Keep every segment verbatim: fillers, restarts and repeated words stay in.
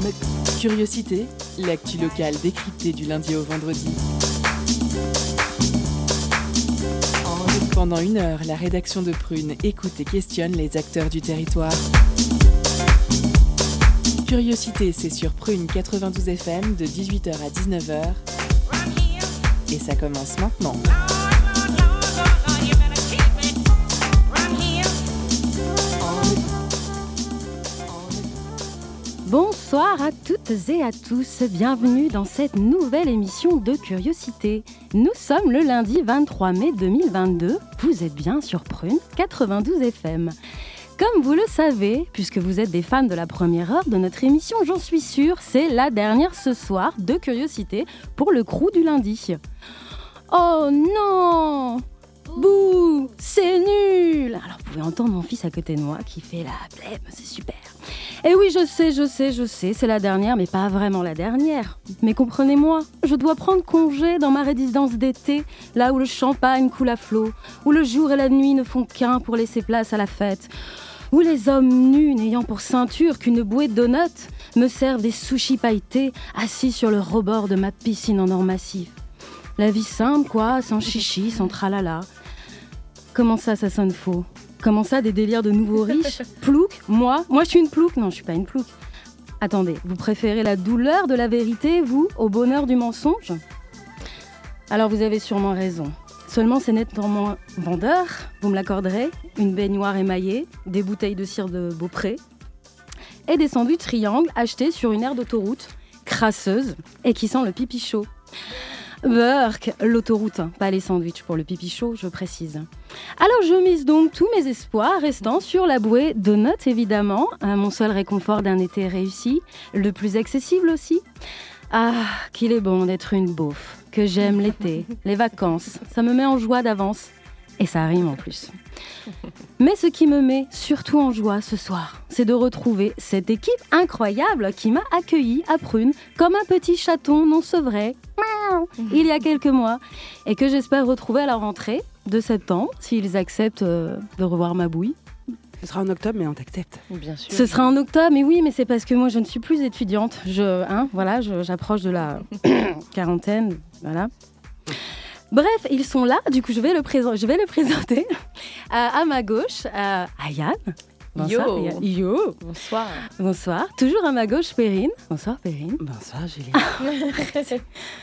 Curiosité, l'actu locale décryptée du lundi au vendredi. Pendant une heure, la rédaction de Prune écoute et questionne les acteurs du territoire. Curiosité, c'est sur Prune quatre-vingt-douze F M de dix-huit heures à dix-neuf heures. Et ça commence maintenant. Bonsoir à toutes et à tous, bienvenue dans cette nouvelle émission de Curiosité. Nous sommes le lundi vingt-trois mai deux mille vingt-deux, vous êtes bien sur Prune quatre-vingt-douze F M. Comme vous le savez, puisque vous êtes des fans de la première heure de notre émission, j'en suis sûre, c'est la dernière ce soir de Curiosité pour le crew du lundi. Oh non! Bouh! C'est nul! Alors vous pouvez entendre mon fils à côté de moi qui fait la blême, c'est super. Et oui, je sais, je sais, je sais, c'est la dernière, mais pas vraiment la dernière. Mais comprenez-moi, je dois prendre congé dans ma résidence d'été, là où le champagne coule à flot, où le jour et la nuit ne font qu'un pour laisser place à la fête, où les hommes nus n'ayant pour ceinture qu'une bouée de donuts me servent des sushis pailletés assis sur le rebord de ma piscine en or massif. La vie simple, quoi, sans chichi, sans tralala. Comment ça, ça sonne faux ? Comment ça, des délires de nouveaux riches ? Plouc ? Moi ? Moi, je suis une plouc ? Non, je suis pas une plouc. Attendez, vous préférez la douleur de la vérité, vous, au bonheur du mensonge ? Alors, vous avez sûrement raison. Seulement, c'est nettement vendeur, vous me l'accorderez, une baignoire émaillée, des bouteilles de cire de Beaupré et des sandwichs triangles achetés sur une aire d'autoroute, crasseuse et qui sent le pipi chaud. Burk, l'autoroute, pas les sandwichs pour le pipi chaud, je précise. Alors je mise donc tous mes espoirs restant sur la bouée donuts évidemment, mon seul réconfort d'un été réussi, le plus accessible aussi. Ah, qu'il est bon d'être une beauf, que j'aime l'été, les vacances, ça me met en joie d'avance. Et ça rime en plus. Mais ce qui me met surtout en joie ce soir, c'est de retrouver cette équipe incroyable qui m'a accueillie à Prune comme un petit chaton non sevré il y a quelques mois et que j'espère retrouver à la rentrée de septembre s'ils acceptent euh, de revoir ma bouille. Ce sera en octobre, mais on t'accepte. Bien sûr. Ce sera en octobre, mais oui, mais c'est parce que moi je ne suis plus étudiante. Je, hein, voilà, je, j'approche de la quarantaine, voilà. Bref, ils sont là, du coup je vais le, présent- je vais le présenter. Euh, à ma gauche, euh, Ayane. Bonsoir, Yo. Ayane. Yo. Bonsoir. Bonsoir. Toujours à ma gauche, Perrine. Bonsoir, Perrine. Bonsoir, Julie.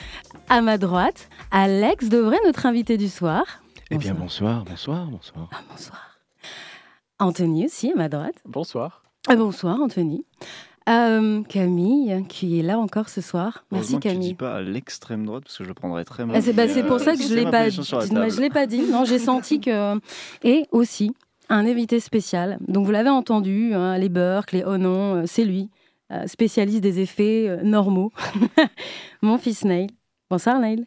À ma droite, Alex Devray, notre invité du soir. Eh bien, bonsoir, bonsoir, bonsoir. Ah, bonsoir. Anthony aussi, à ma droite. Bonsoir. Ah, bonsoir, Anthony. Euh, Camille, qui est là encore ce soir. Merci Camille. Tu dis pas à l'extrême droite parce que je le prendrais très mal. Ah, c'est, bah, c'est pour ça que je l'ai pas, je l'ai pas dit. Non, j'ai senti que. Et aussi un invité spécial. Donc vous l'avez entendu, hein, les Burk, les oh non, euh, c'est lui, euh, spécialiste des effets euh, normaux. Mon fils Neil. Bonsoir Neil.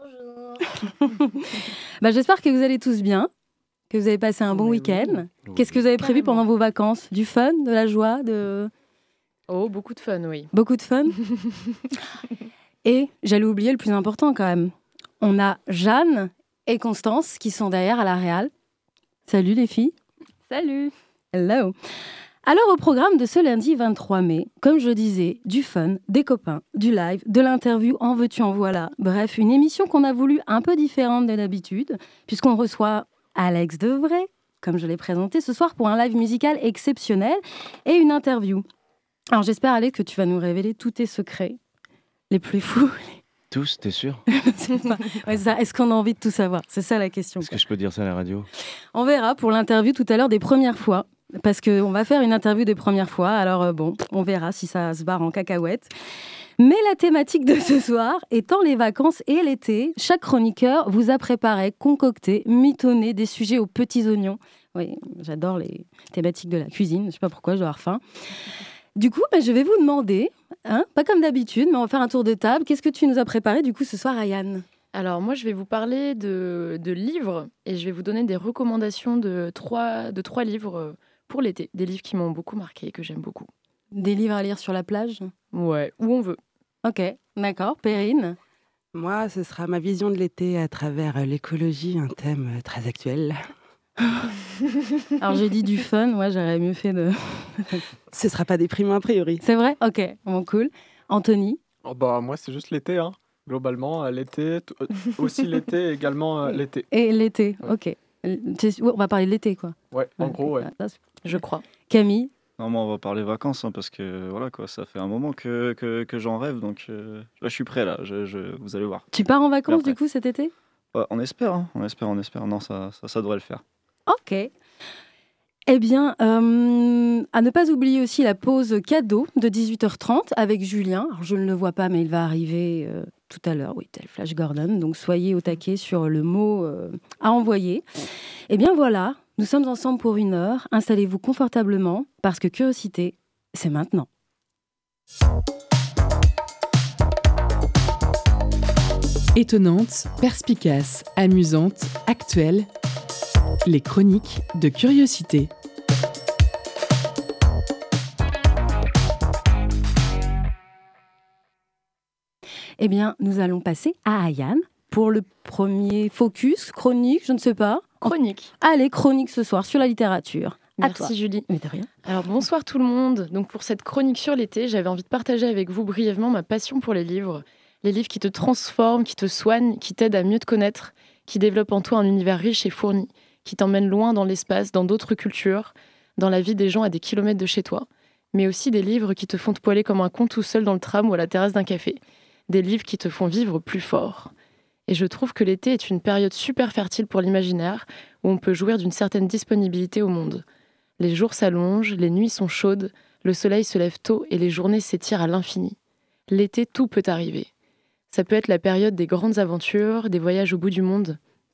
Bonjour. bah, j'espère que vous allez tous bien, que vous avez passé un bon oui, week-end. oui. Qu'est-ce que vous avez prévu Carrément. pendant vos vacances ? Du fun, de la joie, de. Oh, beaucoup de fun, oui. Beaucoup de fun. Et j'allais oublier le plus important quand même. On a Jeanne et Constance qui sont derrière à la réal. Salut les filles. Salut. Hello. Alors au programme de ce lundi vingt-trois mai, comme je disais, du fun, des copains, du live, de l'interview en veux-tu en voilà. Bref, une émission qu'on a voulu un peu différente de d'habitude, puisqu'on reçoit Alex Devray, comme je l'ai présenté ce soir, pour un live musical exceptionnel et une interview. Alors j'espère, Alex, que tu vas nous révéler tous tes secrets, les plus fous. Tous, t'es sûr ? C'est ça. Ouais, c'est ça. Est-ce qu'on a envie de tout savoir ? C'est ça la question. Est-ce que je peux dire ça à la radio ? On verra pour l'interview tout à l'heure des premières fois, parce qu'on va faire une interview des premières fois. Alors euh, bon, on verra si ça se barre en cacahuète. Mais la thématique de ce soir étant les vacances et l'été, chaque chroniqueur vous a préparé, concocté, mitonné des sujets aux petits oignons. Oui, j'adore les thématiques de la cuisine, je ne sais pas pourquoi, je dois avoir faim. Du coup, bah, je vais vous demander, hein, pas comme d'habitude, mais on va faire un tour de table. Qu'est-ce que tu nous as préparé du coup ce soir, Ayane ? Alors moi, je vais vous parler de, de livres et je vais vous donner des recommandations de trois, de trois livres pour l'été. Des livres qui m'ont beaucoup marqué et que j'aime beaucoup. Des livres à lire sur la plage ? Ouais, où on veut. Ok, d'accord. Perrine ? Moi, ce sera ma vision de l'été à travers l'écologie, un thème très actuel. Alors j'ai dit du fun, moi j'aurais mieux fait de... Ce sera pas déprimant a priori. C'est vrai ? Ok, bon cool. Anthony ? Oh bah, moi, c'est juste l'été. Hein. Globalement, euh, l'été, t- euh, aussi l'été, également euh, l'été. Et l'été, Ouais. ok. C'est- ouais, on va parler de l'été, quoi. Ouais, en gros, ouais. Ça, c'est- Je crois. Camille ? Non, moi, on va parler vacances, hein, parce que voilà, quoi, ça fait un moment que, que, que j'en rêve, donc euh, là, je suis prêt, là, je, je- vous allez voir. Tu pars en vacances Après. du coup cet été ? Ouais, on espère, hein, on espère, on espère. Non, ça, ça, ça devrait le faire. Ok. Eh bien, euh, à ne pas oublier aussi la pause cadeau de dix-huit heures trente avec Julien. Alors, je ne le vois pas, mais il va arriver euh, tout à l'heure. Oui, tel Flash Gordon. Donc, soyez au taquet sur le mot euh, à envoyer. Eh bien, voilà. Nous sommes ensemble pour une heure. Installez-vous confortablement parce que Curiosité, c'est maintenant. Étonnante, perspicace, amusante, actuelle, les chroniques de Curiosité. Eh bien, nous allons passer à Ayane pour le premier focus, chronique, je ne sais pas. Chronique. Allez, chronique ce soir sur la littérature. À Merci toi. Julie. Mais de rien. Alors bonsoir tout le monde. Donc pour cette chronique sur l'été, j'avais envie de partager avec vous brièvement ma passion pour les livres. Les livres qui te transforment, qui te soignent, qui t'aident à mieux te connaître, qui développent en toi un univers riche et fourni, qui t'emmènent loin dans l'espace, dans d'autres cultures, dans la vie des gens à des kilomètres de chez toi. Mais aussi des livres qui te font te poiler comme un con tout seul dans le tram ou à la terrasse d'un café. Des livres qui te font vivre plus fort. Et je trouve que l'été est une période super fertile pour l'imaginaire, où on peut jouir d'une certaine disponibilité au monde. Les jours s'allongent, les nuits sont chaudes, le soleil se lève tôt et les journées s'étirent à l'infini. L'été, tout peut arriver. Ça peut être la période des grandes aventures, des voyages au bout du monde.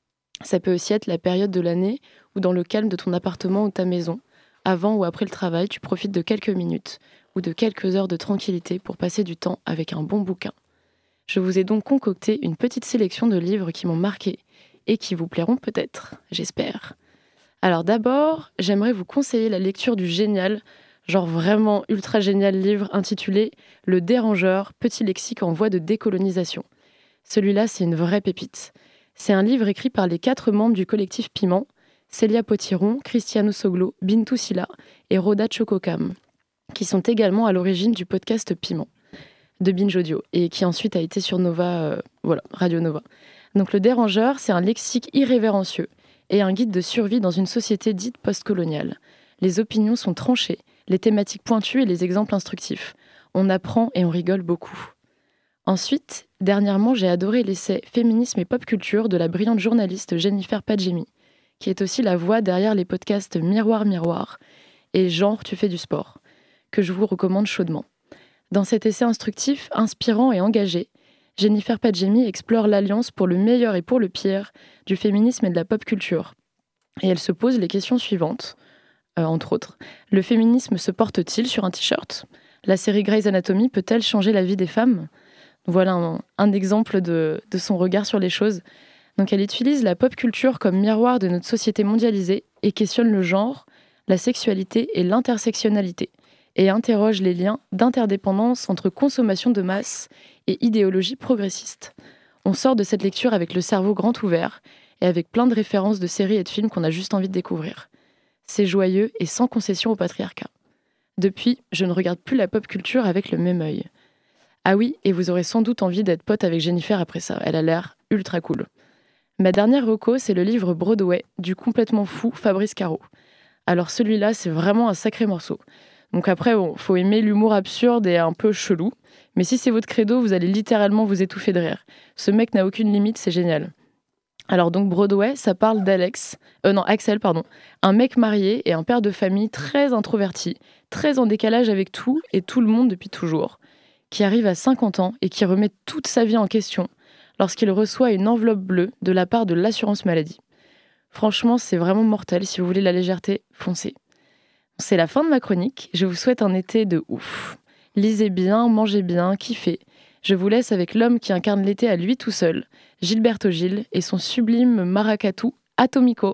Ça peut aussi être la période de l'année où, dans le calme de ton appartement ou ta maison, avant ou après le travail, tu profites de quelques minutes ou de quelques heures de tranquillité pour passer du temps avec un bon bouquin. Je vous ai donc concocté une petite sélection de livres qui m'ont marqué et qui vous plairont peut-être, j'espère. Alors d'abord, j'aimerais vous conseiller la lecture du génial, genre vraiment ultra génial livre intitulé « Le Dérangeur, petit lexique en voie de décolonisation ». Celui-là, c'est une vraie pépite. C'est un livre écrit par les quatre membres du collectif Piment, Célia Potiron, Cristiano Soglo, Bintou Silla et Rhoda Chokokam, qui sont également à l'origine du podcast Piment de Binge Audio et qui ensuite a été sur Nova, euh, voilà, Radio Nova. Donc Le Dérangeur, c'est un lexique irrévérencieux et un guide de survie dans une société dite post-coloniale. Les opinions sont tranchées, les thématiques pointues et les exemples instructifs. On apprend et on rigole beaucoup. Ensuite, dernièrement, j'ai adoré l'essai « Féminisme et pop culture » de la brillante journaliste Jennifer Padjemi, qui est aussi la voix derrière les podcasts Miroir Miroir et Genre tu fais du sport, que je vous recommande chaudement. Dans cet essai instructif, inspirant et engagé, Jennifer Padjemi explore l'alliance pour le meilleur et pour le pire du féminisme et de la pop culture. Et elle se pose les questions suivantes, euh, entre autres. Le féminisme se porte-t-il sur un t-shirt ? La série Grey's Anatomy peut-elle changer la vie des femmes ? Voilà un, un exemple de, de son regard sur les choses. Donc elle utilise la pop culture comme miroir de notre société mondialisée et questionne le genre, la sexualité et l'intersectionnalité, et interroge les liens d'interdépendance entre consommation de masse et idéologie progressiste. On sort de cette lecture avec le cerveau grand ouvert et avec plein de références de séries et de films qu'on a juste envie de découvrir. C'est joyeux et sans concession au patriarcat. Depuis, je ne regarde plus la pop culture avec le même œil. Ah oui, et vous aurez sans doute envie d'être pote avec Jennifer après ça, elle a l'air ultra cool. Ma dernière reco, c'est le livre Broadway du complètement fou Fabrice Caro. Alors celui-là, c'est vraiment un sacré morceau. Donc après, bon, faut aimer l'humour absurde et un peu chelou, mais si c'est votre credo, vous allez littéralement vous étouffer de rire. Ce mec n'a aucune limite, c'est génial. Alors donc Broadway, ça parle d'Alex, euh non Axel pardon, un mec marié et un père de famille très introverti, très en décalage avec tout et tout le monde depuis toujours, qui arrive à cinquante ans et qui remet toute sa vie en question lorsqu'il reçoit une enveloppe bleue de la part de l'assurance maladie. Franchement, c'est vraiment mortel. Si vous voulez la légèreté, foncez. C'est la fin de ma chronique. Je vous souhaite un été de ouf. Lisez bien, mangez bien, kiffez. Je vous laisse avec l'homme qui incarne l'été à lui tout seul, Gilberto Gil, et son sublime maracatu Atomico.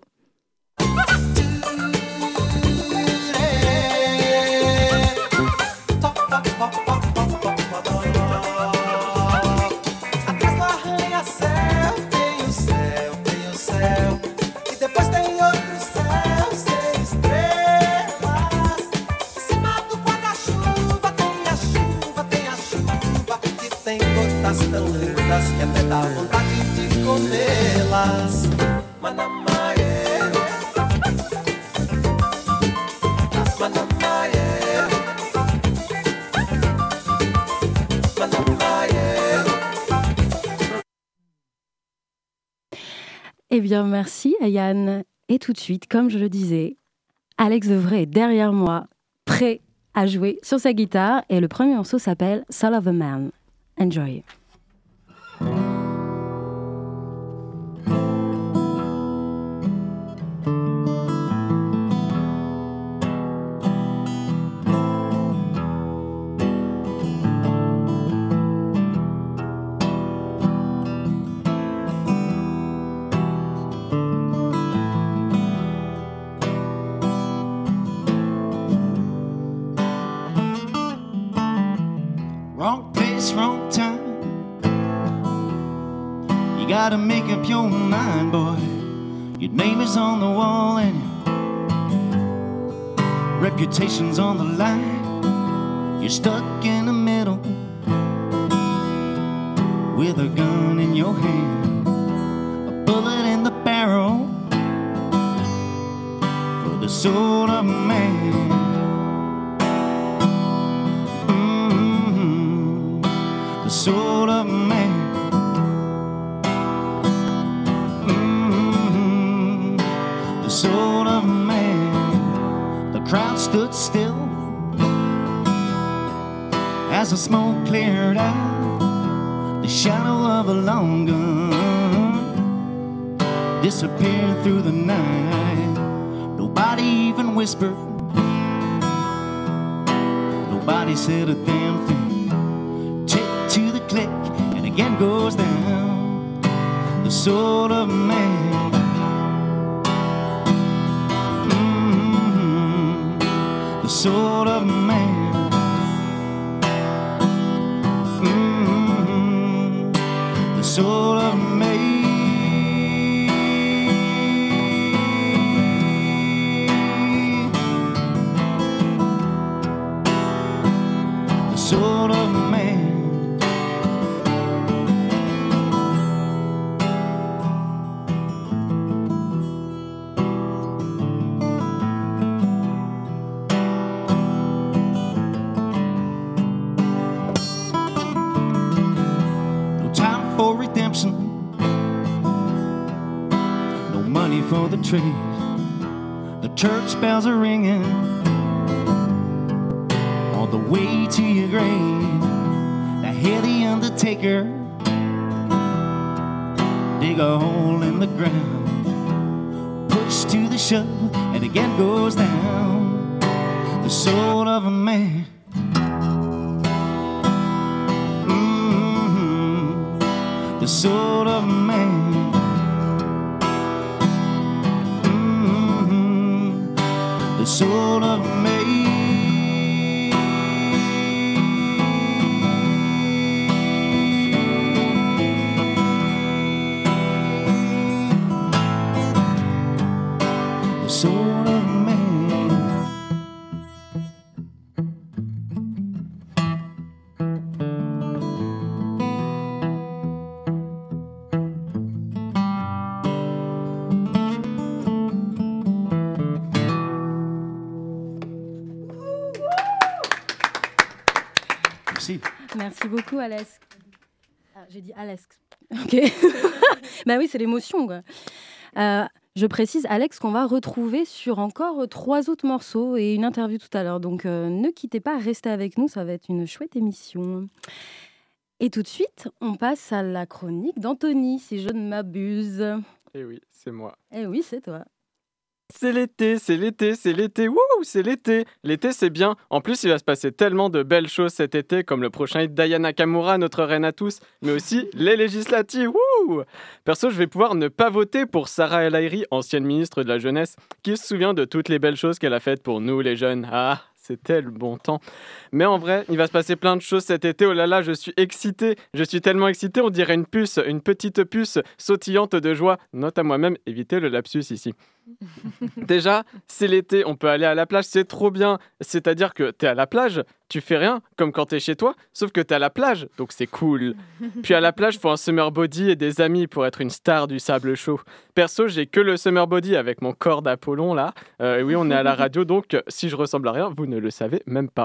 Atrás do arranha-céu tem o céu, tem o céu, e depois tem outro céu. umas tão lindas que até dá vontade de comê-las. Manamaê, Manamaê, Manamaê. Eh bien, merci Ayane. Et tout de suite, comme je le disais, Alex Devray est derrière moi, prêt à jouer sur sa guitare. Et le premier morceau s'appelle Soul of a Man. Enjoy. Wrong place, wrong time. You gotta make up your mind, boy. Your name is on the wall and your reputation's on the line. You're stuck in the middle with a gun in your hand, a bullet in the barrel for the soul of man. Soul of man, mm-hmm. The soul of man. The crowd stood still as the smoke cleared out. The shadow of a long gun disappeared through the night. Nobody even whispered, nobody said a damn thing. To the click, and again goes down. The soul of man, mm-hmm. The soul of man, mm-hmm. The soul of man. The soul of man. For the trade, the church bells are ringing on the way to your grave. Now hear the undertaker dig a hole in the ground, push to the shove, and again goes down. The soul of a man, mm-hmm. The soul of a man. The soul of me. The soul of me. Merci beaucoup, Alex. Ah, j'ai dit Alex. Ok. Bah oui, c'est l'émotion, quoi. Euh, je précise, Alex, qu'on va retrouver sur encore trois autres morceaux et une interview tout à l'heure. Donc, euh, ne quittez pas, restez avec nous. Ça va être une chouette émission. Et tout de suite, on passe à la chronique d'Anthony, si je ne m'abuse. Eh oui, c'est moi. Eh oui, c'est toi. C'est l'été, c'est l'été, c'est l'été, wouh, c'est l'été. L'été, c'est bien. En plus, il va se passer tellement de belles choses cet été, comme le prochain hit d'Aya Nakamura, notre reine à tous, mais aussi les législatives, wouh. Perso, je vais pouvoir ne pas voter pour Sarah El Haïry, ancienne ministre de la Jeunesse, qui se souvient de toutes les belles choses qu'elle a faites pour nous, les jeunes. Ah, c'était le bon temps. Mais en vrai, il va se passer plein de choses cet été. Oh là là, je suis excité. Je suis tellement excité, on dirait une puce, une petite puce sautillante de joie. Note à moi-même, évitez le lapsus ici. Déjà, c'est l'été, on peut aller à la plage, c'est trop bien. C'est-à-dire que t'es à la plage, tu fais rien, comme quand t'es chez toi, sauf que t'es à la plage, donc c'est cool. Puis à la plage, faut un summer body et des amis pour être une star du sable chaud. Perso, j'ai que le summer body avec mon corps d'Apollon, là. Euh, et oui, on est à la radio, donc si je ressemble à rien, vous ne le savez même pas.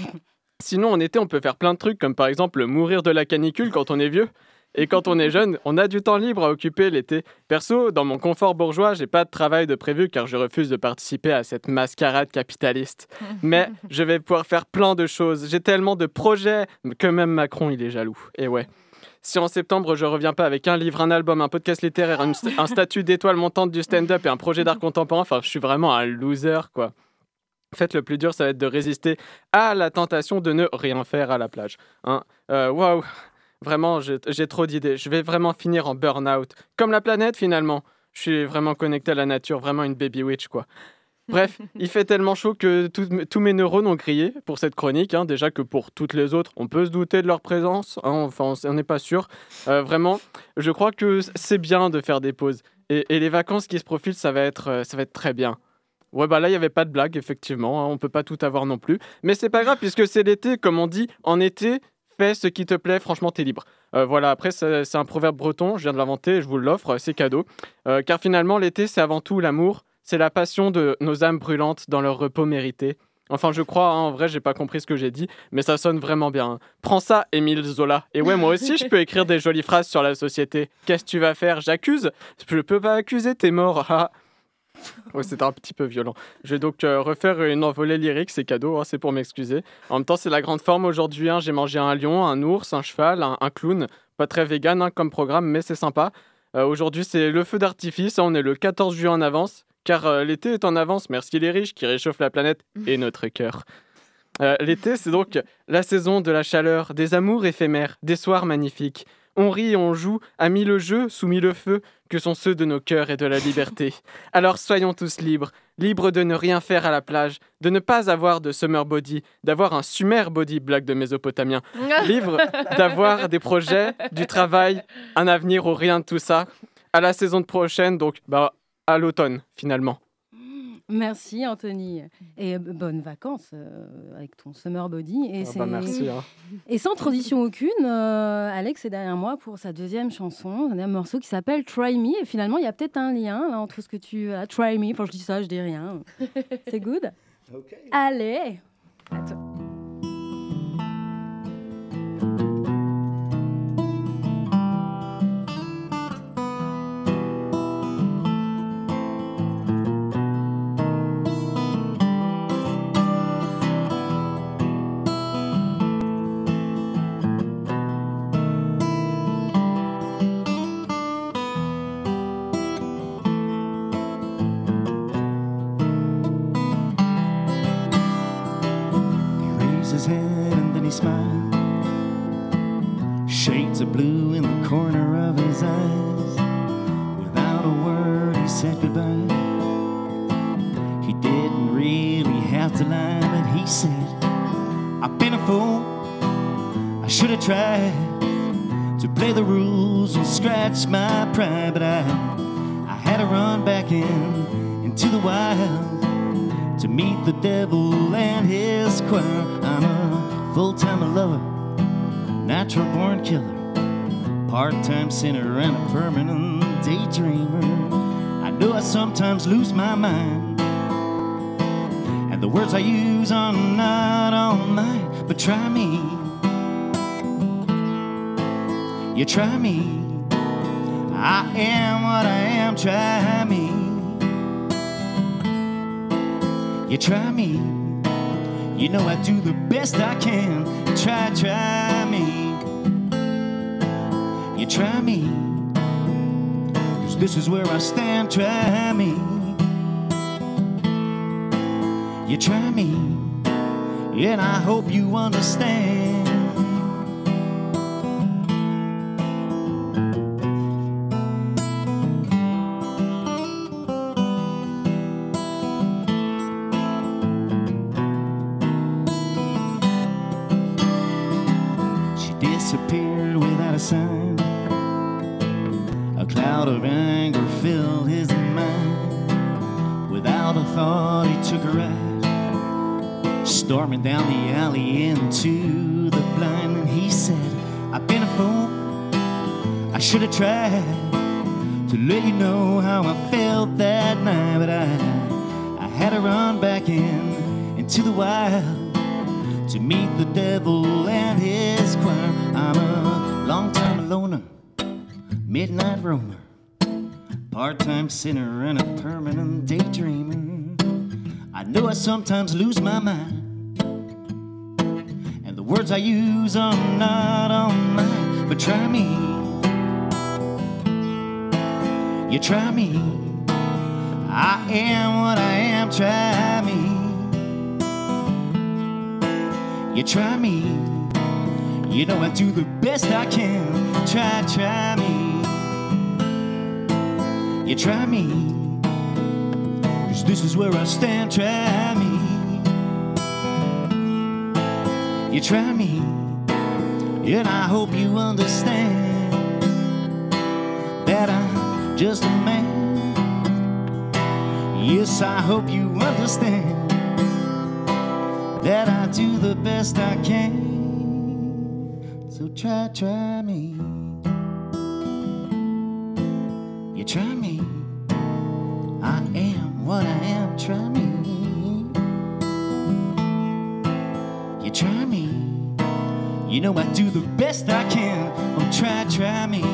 Sinon, en été, on peut faire plein de trucs, comme par exemple mourir de la canicule quand on est vieux. Et quand on est jeune, on a du temps libre à occuper l'été. Perso, dans mon confort bourgeois, j'ai pas de travail de prévu car je refuse de participer à cette mascarade capitaliste. Mais je vais pouvoir faire plein de choses. J'ai tellement de projets que même Macron, il est jaloux. Et ouais. Si en septembre, je reviens pas avec un livre, un album, un podcast littéraire, un, un statut d'étoile montante du stand-up et un projet d'art contemporain, enfin, je suis vraiment un loser, quoi. En fait, le plus dur, ça va être de résister à la tentation de ne rien faire à la plage. Hein. Euh, waouh. Vraiment, j'ai, j'ai trop d'idées. Je vais vraiment finir en burn-out. Comme la planète, finalement. Je suis vraiment connecté à la nature, vraiment une baby witch, quoi. Bref, il fait tellement chaud que tout, tous mes neurones ont grillé pour cette chronique. Hein. Déjà que pour toutes les autres, on peut se douter de leur présence. Hein. Enfin, on n'est pas sûr. Euh, vraiment, je crois que c'est bien de faire des pauses. Et, et les vacances qui se profilent, ça va être, ça va être très bien. Ouais, bah là, il n'y avait pas de blague, effectivement. Hein. On ne peut pas tout avoir non plus. Mais c'est pas grave, puisque c'est l'été, comme on dit. En été... Fais ce qui te plaît, franchement, t'es libre. Euh, voilà, après, c'est, c'est un proverbe breton, je viens de l'inventer, je vous l'offre, c'est cadeau. Euh, car finalement, l'été, c'est avant tout l'amour, c'est la passion de nos âmes brûlantes dans leur repos mérité. Enfin, je crois, hein, en vrai, j'ai pas compris ce que j'ai dit, mais ça sonne vraiment bien. Hein. Prends ça, Émile Zola. Et ouais, moi aussi, je peux écrire des jolies phrases sur la société. Qu'est-ce que tu vas faire ? J'accuse ? Je peux pas accuser, t'es mort. Ouais, c'était un petit peu violent. Je vais donc euh, refaire une envolée lyrique, c'est cadeau, hein, c'est pour m'excuser. En même temps, c'est la grande forme aujourd'hui. Hein, j'ai mangé un lion, un ours, un cheval, un, un clown. Pas très vegan hein, comme programme, mais c'est sympa. Euh, aujourd'hui, c'est le feu d'artifice. Hein, on est le quatorze juillet en avance, car euh, l'été est en avance. Merci les riches qui réchauffent la planète et notre cœur. Euh, l'été, c'est donc la saison de la chaleur, des amours éphémères, des soirs magnifiques. On rit et on joue à mille jeux sous mille feux que sont ceux de nos cœurs et de la liberté. Alors soyons tous libres, libres de ne rien faire à la plage, de ne pas avoir de summer body, d'avoir un sumer body, blague de mésopotamien, libres d'avoir des projets, du travail, un avenir ou rien de tout ça. À la saison prochaine, donc bah, à l'automne finalement. Merci Anthony et bonnes vacances euh, avec ton summer body et, ah c'est... bah merci, hein. Et sans transition aucune, euh, Alex est derrière moi pour sa deuxième chanson, un morceau qui s'appelle Try Me et finalement il y a peut-être un lien là, entre ce que tu as Try Me, enfin je dis ça, je dis rien, c'est good. Okay. Allez, à toi. His head and then he smiled. Shades of blue in the corner of his eyes. Without a word he said goodbye. He didn't really have to lie, but he said, I've been a fool, I should have tried to play the rules and scratch my pride. But I, I had to run back in, into the wild to meet the devil and his choir. I'm a full-time lover, natural-born killer, part-time sinner and a permanent daydreamer. I know I sometimes lose my mind, and the words I use are not all mine. But try me, you try me, I am what I am, try me. You try me, you know I do the best I can. Try, try me. You try me, 'cause this is where I stand. Try me. You try me, and I hope you understand. Disappeared without a sign. A cloud of anger filled his mind. Without a thought he took her out. storming down the alley into the blind, and he said, I've been a fool, I should have tried to let you know how I felt that night, but I, I had to run back in, into the wild, to meet the devil and his choir. I'm a long-time loner, midnight roamer, part-time sinner and a permanent daydreamer. I know I sometimes lose my mind, and the words I use are not all mine, but try me, you try me, I am what I am, try me, you try me, you know I do the best I can, try, try me, you try me, cause this is where I stand, try me, you try me, and I hope you understand that I'm just a man. Yes, I hope you understand that I do the best I can. So try, try me, you try me, I am what I am, try me, you try me, you know I do the best I can, oh try, try me,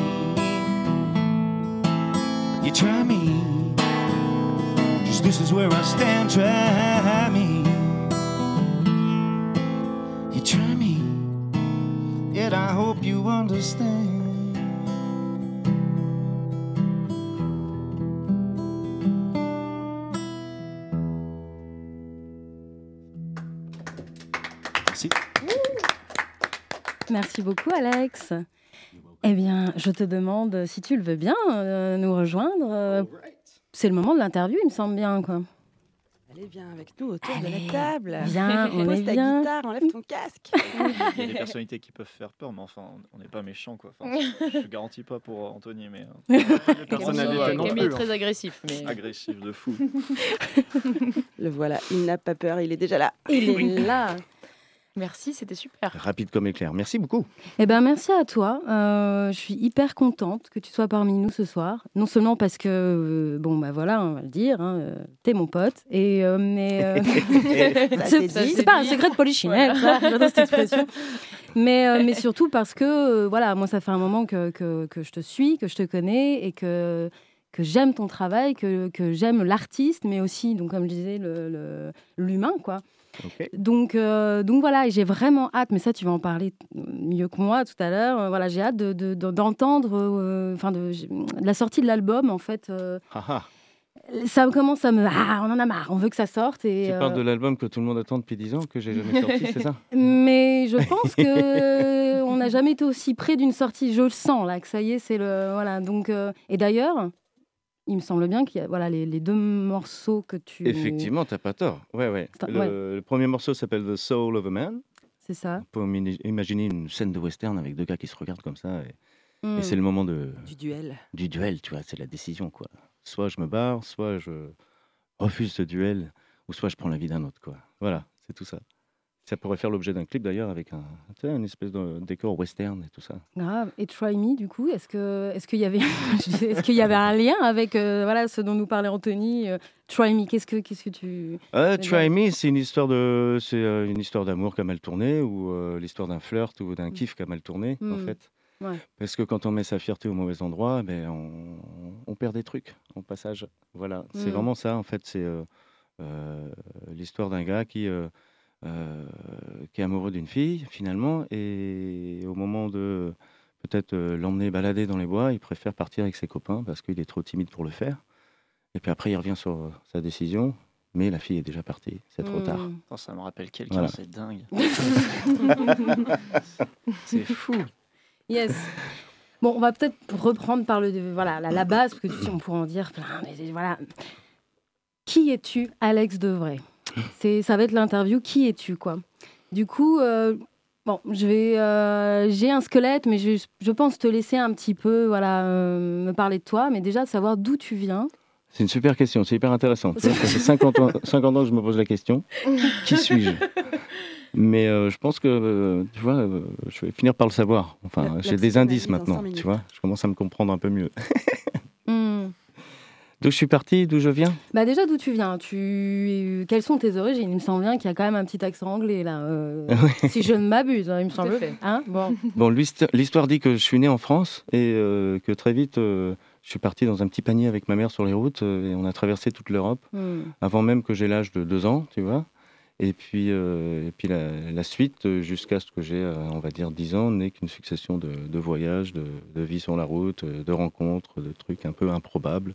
you try me, just this is where I stand, try me, you try me, yet I hope you understand. Merci. Merci beaucoup, Alex. Eh bien, je te demande, si tu le veux bien, euh, nous rejoindre. Euh, c'est le moment de l'interview, il me semble bien, quoi. Allez, viens avec nous autour Allez, de la table. viens, on Pose est ta bien. guitare, enlève ton casque. Il y a des personnalités qui peuvent faire peur, mais enfin, on n'est pas méchants, quoi. Enfin, je ne garantis pas pour euh, Anthony, mais euh, Les personnalités non Camille est plus. très agressif. Mais... agressif de fou. Le voilà, il n'a pas peur, il est déjà là. Il est là. Merci, c'était super. Rapide comme éclair. Merci beaucoup. Eh ben, merci à toi. Euh, je suis hyper contente que tu sois parmi nous ce soir. Non seulement parce que, euh, bon, bah voilà, on va le dire, hein, euh, t'es mon pote. Et, euh, mais euh, Ça, c'est, c'est dit. c'est pas un secret de polichinelle, ça, j'adore cette expression. Mais, euh, mais surtout parce que, euh, voilà, moi, ça fait un moment que, que, que je te suis, que je te connais et que, que j'aime ton travail, que, que j'aime l'artiste, mais aussi, donc, comme je disais, le, le, l'humain, quoi. Ok. Donc, euh, donc voilà, et j'ai vraiment hâte, mais ça tu vas en parler mieux que moi tout à l'heure, euh, voilà, j'ai hâte de, de, de- d'entendre euh, enfin de, de la sortie de l'album en fait. euh, Ah, ah. ça commence à me... Ah, on en a marre, on veut que ça sorte. Et, Tu euh, parles de l'album que tout le monde attend depuis dix ans, que j'ai jamais sorti, c'est ça? Mais je pense que on n'a jamais été aussi près d'une sortie, je le sens là, que ça y est, c'est le... Voilà, donc... euh, Et d'ailleurs, il me semble bien qu'il y a voilà, les, les deux morceaux que tu... Effectivement, t'as pas tort. Ouais, ouais. C'est un- Le, ouais. le premier morceau s'appelle The Soul of a Man. C'est ça. On peut imini- imaginer une scène de western avec deux gars qui se regardent comme ça. Et, Mm. et c'est le moment de, Du duel. du duel, tu vois, c'est la décision, quoi. Soit je me barre, soit je refuse ce duel, ou soit je prends la vie d'un autre, quoi. Voilà, c'est tout ça. Ça pourrait faire l'objet d'un clip d'ailleurs avec un, tu sais, une espèce de décor western et tout ça. Grave. Et Try Me, du coup, est-ce que est-ce qu'il y avait est-ce qu'il y avait un lien avec euh, voilà ce dont nous parlait Anthony, euh, Try Me, qu'est-ce que qu'est-ce que tu Euh, Eh Try bien. Me, c'est une histoire de, c'est euh, une histoire d'amour qui a mal tourné ou euh, l'histoire d'un flirt ou d'un kiff qui a mal tourné en Mm. fait. Ouais. Parce que quand on met sa fierté au mauvais endroit, ben on, on perd des trucs en passage. Voilà, c'est Mm. vraiment ça en fait. C'est euh, euh, l'histoire d'un gars qui euh, euh, qui est amoureux d'une fille finalement et au moment de peut-être euh, l'emmener balader dans les bois, il préfère partir avec ses copains parce qu'il est trop timide pour le faire. Et puis après, il revient sur euh, sa décision, mais la fille est déjà partie. C'est trop Mm. tard. Attends, ça me rappelle quelqu'un, Voilà. c'est dingue. C'est fou. Yes. Bon, on va peut-être reprendre par le voilà la, la base parce que tu sais, on pourrait en dire plein. Mais voilà. Qui es-tu, Alex Devray? C'est ça va être l'interview. Qui es-tu quoi? Du coup, euh, bon, je vais euh, j'ai un squelette, mais je, je pense te laisser un petit peu voilà euh, me parler de toi, mais déjà de savoir d'où tu viens. C'est une super question, c'est hyper intéressant. Tu vois, ça fait cinquante ans, cinquante ans que je me pose la question. Qui suis-je? Mais euh, je pense que, euh, tu vois, euh, je vais finir par le savoir. Enfin, La- la j'ai des indices psychanalyse en maintenant, cinq minutes. tu vois. Je commence à me comprendre un peu mieux. Hmm. D'où je suis parti, d'où je viens? Bah déjà, d'où tu viens tu... Quelles sont tes origines? Il me semble bien qu'il y a quand même un petit accent anglais, là. euh, si je ne m'abuse, hein, il me Tout à semble. fait. Hein bon. Bon, l'histo- l'histoire dit que je suis né en France et euh, que très vite, euh, je suis parti dans un petit panier avec ma mère sur les routes euh, et on a traversé toute l'Europe Hmm. avant même que j'ai l'âge de deux ans, tu vois. Et puis, euh, et puis la, la suite, euh, jusqu'à ce que j'ai, euh, on va dire, dix ans, n'est qu'une succession de, de voyages, de, de vie sur la route, euh, de rencontres, de trucs un peu improbables,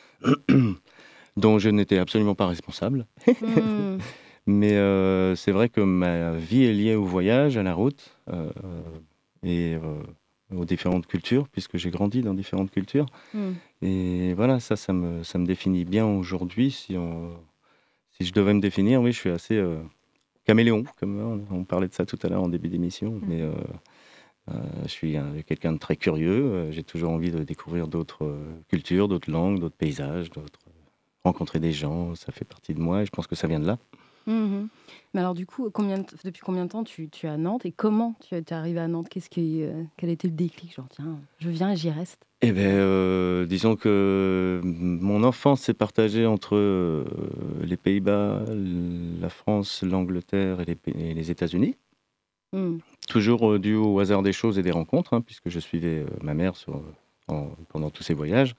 dont je n'étais absolument pas responsable. Hmm. Mais euh, c'est vrai que ma vie est liée au voyage, à la route euh, et euh, aux différentes cultures, puisque j'ai grandi dans différentes cultures. Hmm. Et voilà, ça, ça me, ça me définit bien aujourd'hui. Si, on, si je devais me définir, oui, je suis assez euh, caméléon, comme on, on parlait de ça tout à l'heure en début d'émission. Hmm. Mais euh, euh, je suis un- quelqu'un de très curieux. euh, J'ai toujours envie de découvrir d'autres euh, cultures, d'autres langues, d'autres paysages, d'autres rencontrer des gens. Ça fait partie de moi et je pense que ça vient de là. Mhm. Mais alors, du coup, combien de t- depuis combien de temps tu, tu es à Nantes et comment tu es tu es arrivé à Nantes? Qu'est-ce qui, euh, quel a été le déclic? Genre, tiens, je viens et j'y reste. Eh bien, euh, disons que mon enfance s'est partagée entre euh, les Pays-Bas, la France, l'Angleterre et les, Pays- et les États-Unis. Hmm. Toujours euh, dû au hasard des choses et des rencontres, hein, puisque je suivais euh, ma mère sur, en- pendant tous ces voyages.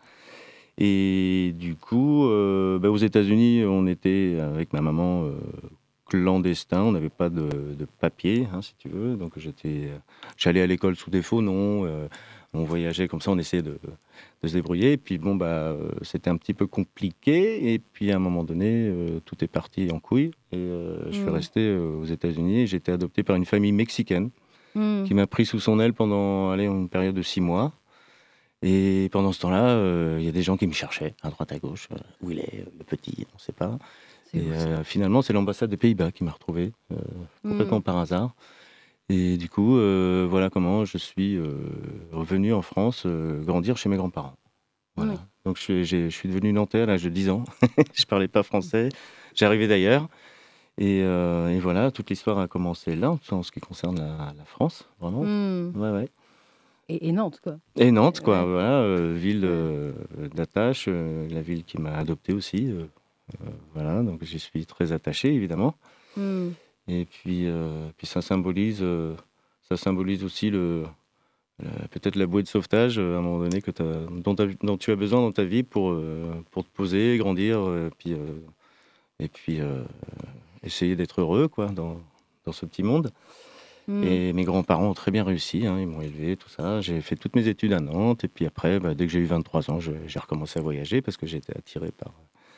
Et du coup, euh, bah, aux États-Unis, on était avec ma maman euh, clandestin, on n'avait pas de, de papier, hein, si tu veux. Donc j'étais, j'allais à l'école sous des faux noms, euh, on voyageait comme ça, on essayait de, de se débrouiller. Et puis bon, bah, euh, c'était un petit peu compliqué. Et puis à un moment donné, euh, tout est parti en couille. Et euh, je suis Mm. resté euh, aux États-Unis. Et j'ai été adopté par une famille mexicaine Hmm. qui m'a pris sous son aile pendant allez, une période de six mois. Et pendant ce temps-là, euh, il y a des gens qui me cherchaient à droite à gauche. euh, où il est, euh, le petit, on ne sait pas. C'est Et ouf, ça. euh, finalement, c'est l'ambassade des Pays-Bas qui m'a retrouvé, euh, complètement Hmm. par hasard. Et du coup, euh, voilà comment je suis euh, revenu en France, euh, grandir chez mes grands-parents. Voilà. Oui. Donc je suis, j'ai- je suis devenu nantais à l'âge de dix ans. Je parlais pas français. J'arrivais d'ailleurs. Et, euh, et voilà, toute l'histoire a commencé là, en ce qui concerne la, la France, vraiment. Hmm. Ouais, ouais. Et, et Nantes, quoi. Et Nantes, quoi, Ouais. voilà, euh, ville euh, d'attache, euh, la ville qui m'a adopté aussi. euh, euh, voilà, donc j'y suis très attaché, évidemment. Hmm. Et puis, euh, puis ça symbolise, euh, ça symbolise aussi le, la- peut-être la bouée de sauvetage euh, à un moment donné que t'as- dont, t'as- dont tu as besoin dans ta vie pour, euh, pour te poser, grandir, euh, puis, euh, et puis euh, essayer d'être heureux, quoi, dans, dans ce petit monde. Hmm. Et mes grands-parents ont très bien réussi, hein, ils m'ont élevé, tout ça. J'ai fait toutes mes études à Nantes, et puis après, bah, dès que j'ai eu vingt-trois ans, je- j'ai recommencé à voyager parce que j'étais attiré par,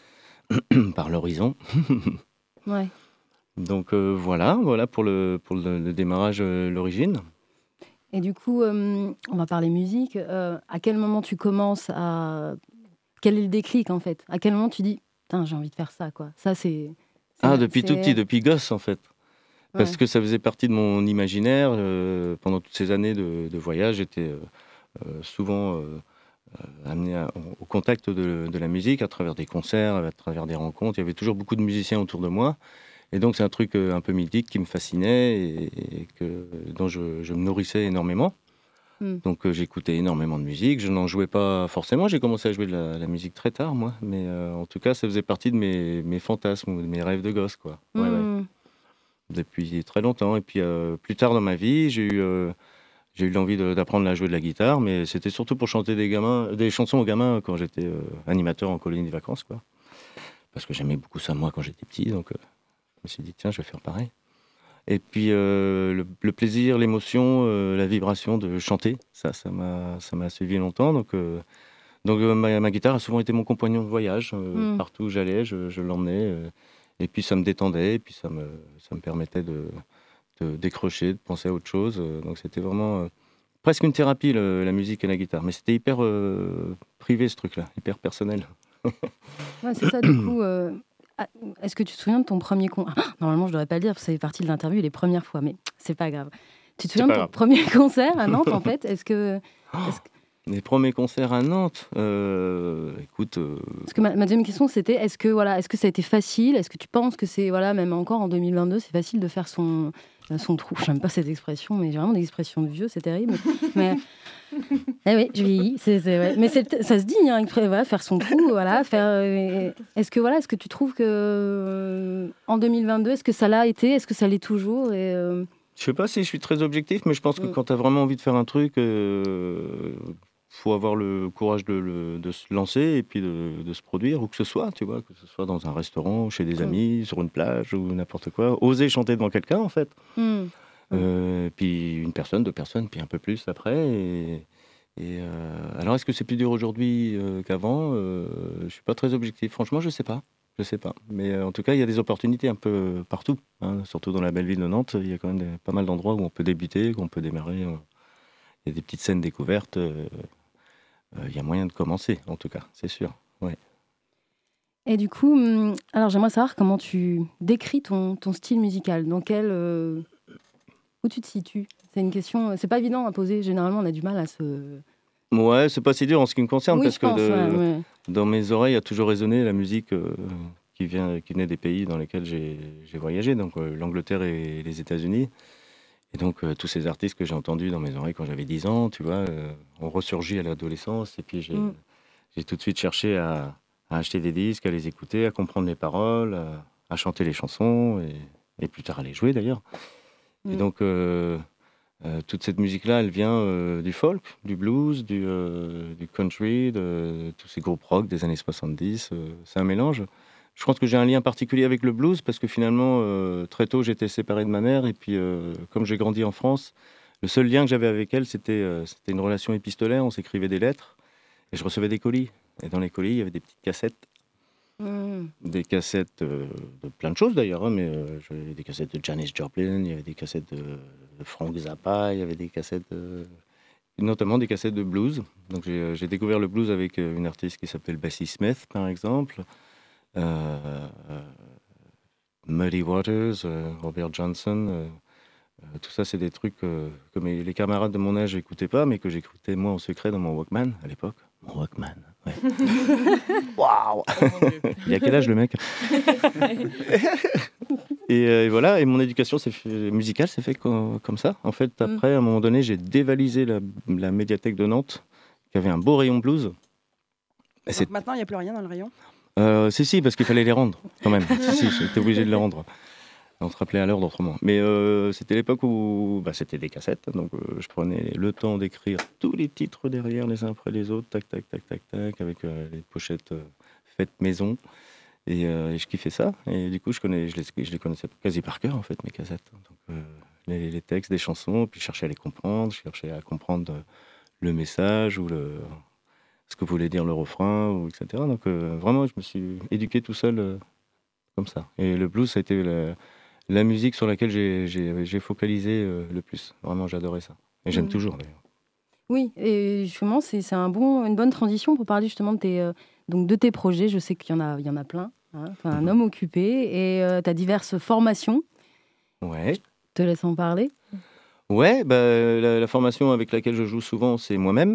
par l'horizon. Ouais. Donc euh, voilà, voilà pour le, pour le, le démarrage, euh, l'origine. Et du coup, euh, on va parler musique. Euh, à quel moment tu commences à... Quel est le déclic, en fait? À quel moment tu dis, putain, j'ai envie de faire ça, quoi. Ça, c'est... c'est- Ah, depuis tout c'est- petit, depuis gosse en fait. Parce Ouais. que ça faisait partie de mon imaginaire. euh, pendant toutes ces années de, de voyage, j'étais euh, euh, souvent euh, euh, amené à- au contact de, de la musique à travers des concerts, à travers des rencontres. Il y avait toujours beaucoup de musiciens autour de moi. Et donc c'est un truc euh, un peu mythique qui me fascinait et, et que, dont je, je me nourrissais énormément. Mm. Donc euh, j'écoutais énormément de musique. Je n'en jouais pas forcément. J'ai commencé à jouer de la, la musique très tard, moi. Mais euh, en tout cas, ça faisait partie de mes, mes fantasmes ou de mes rêves de gosse, quoi. Ouais, ouais. Hmm. Depuis très longtemps. Et puis euh, plus tard dans ma vie, j'ai eu, euh, j'ai eu l'envie de- d'apprendre à jouer de la guitare, mais c'était surtout pour chanter des, gamins, des chansons aux gamins quand j'étais euh, animateur en colonie de vacances, quoi. Parce que j'aimais beaucoup ça moi quand j'étais petit, donc euh, je me suis dit tiens, je vais faire pareil. Et puis euh, le, le plaisir, l'émotion, euh, la vibration de chanter, ça, ça m'a, ça m'a suivi longtemps. Donc, euh, donc euh, ma, ma guitare a souvent été mon compagnon de voyage. euh, Mm. Partout où j'allais, je, je l'emmenais. euh, et puis ça me détendait, et puis ça me, ça me permettait de, de décrocher, de penser à autre chose. euh, Donc c'était vraiment euh, presque une thérapie, le- la musique et la guitare. Mais c'était hyper euh, privé ce truc-là, hyper personnel. Ouais, c'est ça, du coup. euh, ah, Est-ce que tu te souviens de ton premier concert? Normalement, je devrais pas le dire, parce que ça fait partie de l'interview les premières fois, mais c'est pas grave. Tu te souviens de pas ton grave. premier concert à Nantes, en fait? Est-ce que... est-ce que- Les premiers concerts à Nantes, euh, écoute. Euh... Parce que ma, ma deuxième question, c'était est-ce que, voilà, est-ce que ça a été facile? Est-ce que tu penses que c'est, voilà, même encore en deux mille vingt-deux, c'est facile de faire son, son trou? Je n'aime pas cette expression, mais j'ai vraiment des expressions de vieux, c'est terrible. Mais, eh oui, je vieillis. C'est, c'est, ouais. Mais c'est, ça se dit, hein, voilà, faire son trou, voilà, faire. Euh, est-ce que, voilà, est-ce que tu trouves que euh, en deux mille vingt-deux, est-ce que ça l'a été? Est-ce que ça l'est toujours? et, euh... Je sais pas si je suis très objectif, mais je pense que mm. quand tu as vraiment envie de faire un truc. Euh... faut avoir le courage de, le, de se lancer et puis de, de se produire, où que ce soit, tu vois, que ce soit dans un restaurant, chez des mmh. amis, sur une plage ou n'importe quoi. Oser chanter devant quelqu'un, en fait. Mmh. Euh, puis une personne, deux personnes, puis un peu plus après. Et, et euh, alors, est-ce que c'est plus dur aujourd'hui euh, qu'avant euh, Je ne suis pas très objectif. Franchement, je ne sais pas. Je sais pas. Mais euh, en tout cas, il y a des opportunités un peu partout. Hein, surtout dans la belle ville de Nantes, il y a quand même des, pas mal d'endroits où on peut débuter, où on peut démarrer. Il y a des petites scènes découvertes. Euh, Il euh, y a moyen de commencer, en tout cas, c'est sûr. Ouais. Et du coup, alors j'aimerais savoir comment tu décris ton, ton style musical. Dans quel, euh, où tu te situes? C'est une question, c'est pas évident à poser. Généralement, on a du mal à se. Ouais, c'est pas si dur en ce qui me concerne, oui, parce que pense, de, ouais, ouais. dans mes oreilles a toujours résonné la musique euh, qui, vient, qui venait des pays dans lesquels j'ai, j'ai voyagé, donc euh, l'Angleterre et les États-Unis. Et donc, euh, tous ces artistes que j'ai entendus dans mes oreilles quand j'avais dix ans, tu vois, euh, ont ressurgi à l'adolescence. Et puis, j'ai, mm. j'ai tout de suite cherché à, à acheter des disques, à les écouter, à comprendre les paroles, à, à chanter les chansons, et, et plus tard à les jouer d'ailleurs. Mm. Et donc, euh, euh, toute cette musique-là, elle vient euh, du folk, du blues, du, euh, du country, de, de tous ces groupes rock des années soixante-dix. Euh, c'est un mélange. Je pense que j'ai un lien particulier avec le blues parce que finalement, euh, très tôt, j'étais séparé de ma mère. Et puis, euh, comme j'ai grandi en France, le seul lien que j'avais avec elle, c'était, euh, c'était une relation épistolaire. On s'écrivait des lettres et je recevais des colis. Et dans les colis, il y avait des petites cassettes. Mmh. Des cassettes euh, de plein de choses d'ailleurs. Hein, mais euh, j'avais des cassettes de Janis Joplin, il y avait des cassettes de, de Frank Zappa, il y avait des cassettes... De, notamment des cassettes de blues. Donc, j'ai, j'ai découvert le blues avec une artiste qui s'appelle Bessie Smith, par exemple. Euh, euh, Muddy Waters, euh, Robert Johnson, euh, euh, tout ça c'est des trucs euh, que mes, les camarades de mon âge n'écoutaient pas, mais que j'écoutais moi en secret dans mon Walkman à l'époque. Mon Walkman, ouais. Waouh. Il a quel âge le mec? et, euh, et voilà, et mon éducation s'est fait, musicale s'est faite comme, comme ça. En fait, après, à un moment donné, j'ai dévalisé la, la médiathèque de Nantes, qui avait un beau rayon blues. Et c'est... Maintenant, il n'y a plus rien dans le rayon? Euh, si, si, parce qu'il fallait les rendre, quand même. si, si, j'étais obligé de les rendre. On se rappelait à l'heure autrement. Mais euh, c'était l'époque où bah, c'était des cassettes, donc euh, je prenais le temps d'écrire tous les titres derrière, les uns après les autres, tac, tac, tac, tac, tac, avec euh, les pochettes euh, faites maison. Et, euh, et je kiffais ça. Et du coup, je, connais, je, les, je les connaissais quasi par cœur, en fait, mes cassettes. Donc, euh, les, les textes des chansons, puis je cherchais à les comprendre, je cherchais à comprendre le message ou le... ce que voulait dire le refrain, ou et cetera. Donc euh, vraiment, je me suis éduqué tout seul euh, comme ça. Et le blues, ça a été la, la musique sur laquelle j'ai, j'ai, j'ai focalisé euh, le plus. Vraiment, j'adorais ça. Et j'aime mmh. toujours, d'ailleurs. Oui, et justement, c'est, c'est un bon, une bonne transition pour parler justement de tes, euh, donc de tes projets. Je sais qu'il y en a, il y en a plein. Hein, enfin, un mmh. homme occupé. Et euh, tu as diverses formations. Ouais. Je te laisse en parler. Ouais, bah, la, la formation avec laquelle je joue souvent, c'est moi-même.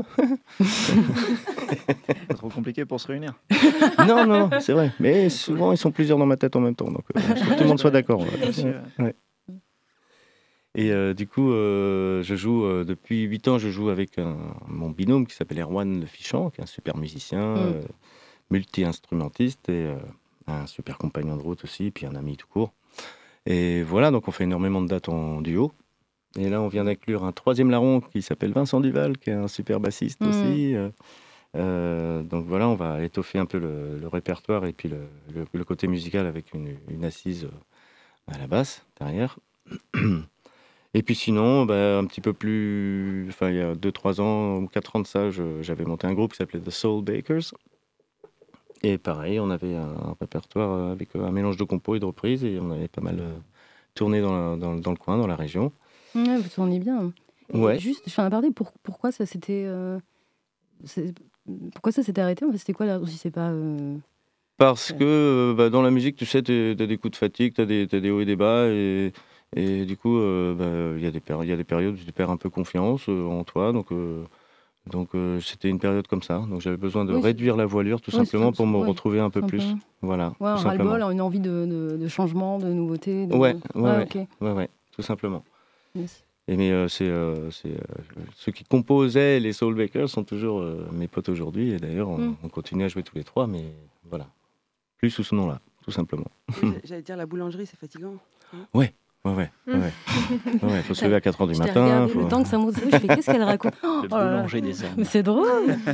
Pas trop compliqué pour se réunir. Non, non, c'est vrai. Mais souvent, ils sont plusieurs dans ma tête en même temps. Donc, euh, il faut que tout le monde soit d'accord. Ouais. Ouais. Et euh, du coup, euh, je joue, euh, depuis huit ans, je joue avec un, mon binôme qui s'appelle Erwan Le Fichant, qui est un super musicien, mm. euh, multi-instrumentiste et euh, un super compagnon de route aussi, puis un ami tout court. Et voilà, donc on fait énormément de dates en duo. Et là, on vient d'inclure un troisième larron qui s'appelle Vincent Duval, qui est un super bassiste mmh. aussi. Euh, donc voilà, on va étoffer un peu le, le répertoire et puis le, le, le côté musical avec une, une assise à la basse, derrière. Et puis sinon, bah, un petit peu plus... Enfin, il y a deux trois ans ou quatre ans de ça, je, j'avais monté un groupe qui s'appelait The Soul Bakers. Et pareil, on avait un, un répertoire avec un mélange de compos et de reprises. Et on avait pas mal tourné dans, la, dans, dans le coin, dans la région. Ouais, vous tournez bien. Ouais. Juste, je fais un aparté, pour, pourquoi ça s'était... Euh, pourquoi ça s'était arrêté? En fait, c'était quoi la... si c'est pas... Euh... Parce ouais. que euh, bah, dans la musique, tu sais, tu as des coups de fatigue, tu as des, des hauts et des bas. Et, et du coup, il euh, bah, y, y a des périodes où tu perds un peu confiance euh, en toi. Donc, euh, Donc euh, c'était une période comme ça. Donc j'avais besoin de Oui, réduire la voilure tout oui, simplement c'est- pour me oui, retrouver un peu plus. simplement. Voilà, Ouais, un tout simplement. ras-le-bol, une envie de, de, de changement, de nouveauté. De... Ouais, ouais, ouais, ok. ouais, ouais, tout simplement. Yes. Et mais euh, c'est, euh, c'est euh, ceux qui composaient les Soulbakers sont toujours euh, mes potes aujourd'hui. Et d'ailleurs, on, Mm. on continue à jouer tous les trois, mais voilà, plus sous ce nom-là, tout simplement. J'a- J'allais dire la boulangerie, c'est fatigant. Ouais, ouais, ouais, ouais. ouais, ouais, faut se lever à quatre heures du Je t'ai matin. regardé Faut... le temps que ça monte. Je fais qu'est-ce qu'elle raconte. Oh, Le oh là là. boulanger des âmes. Mais c'est drôle.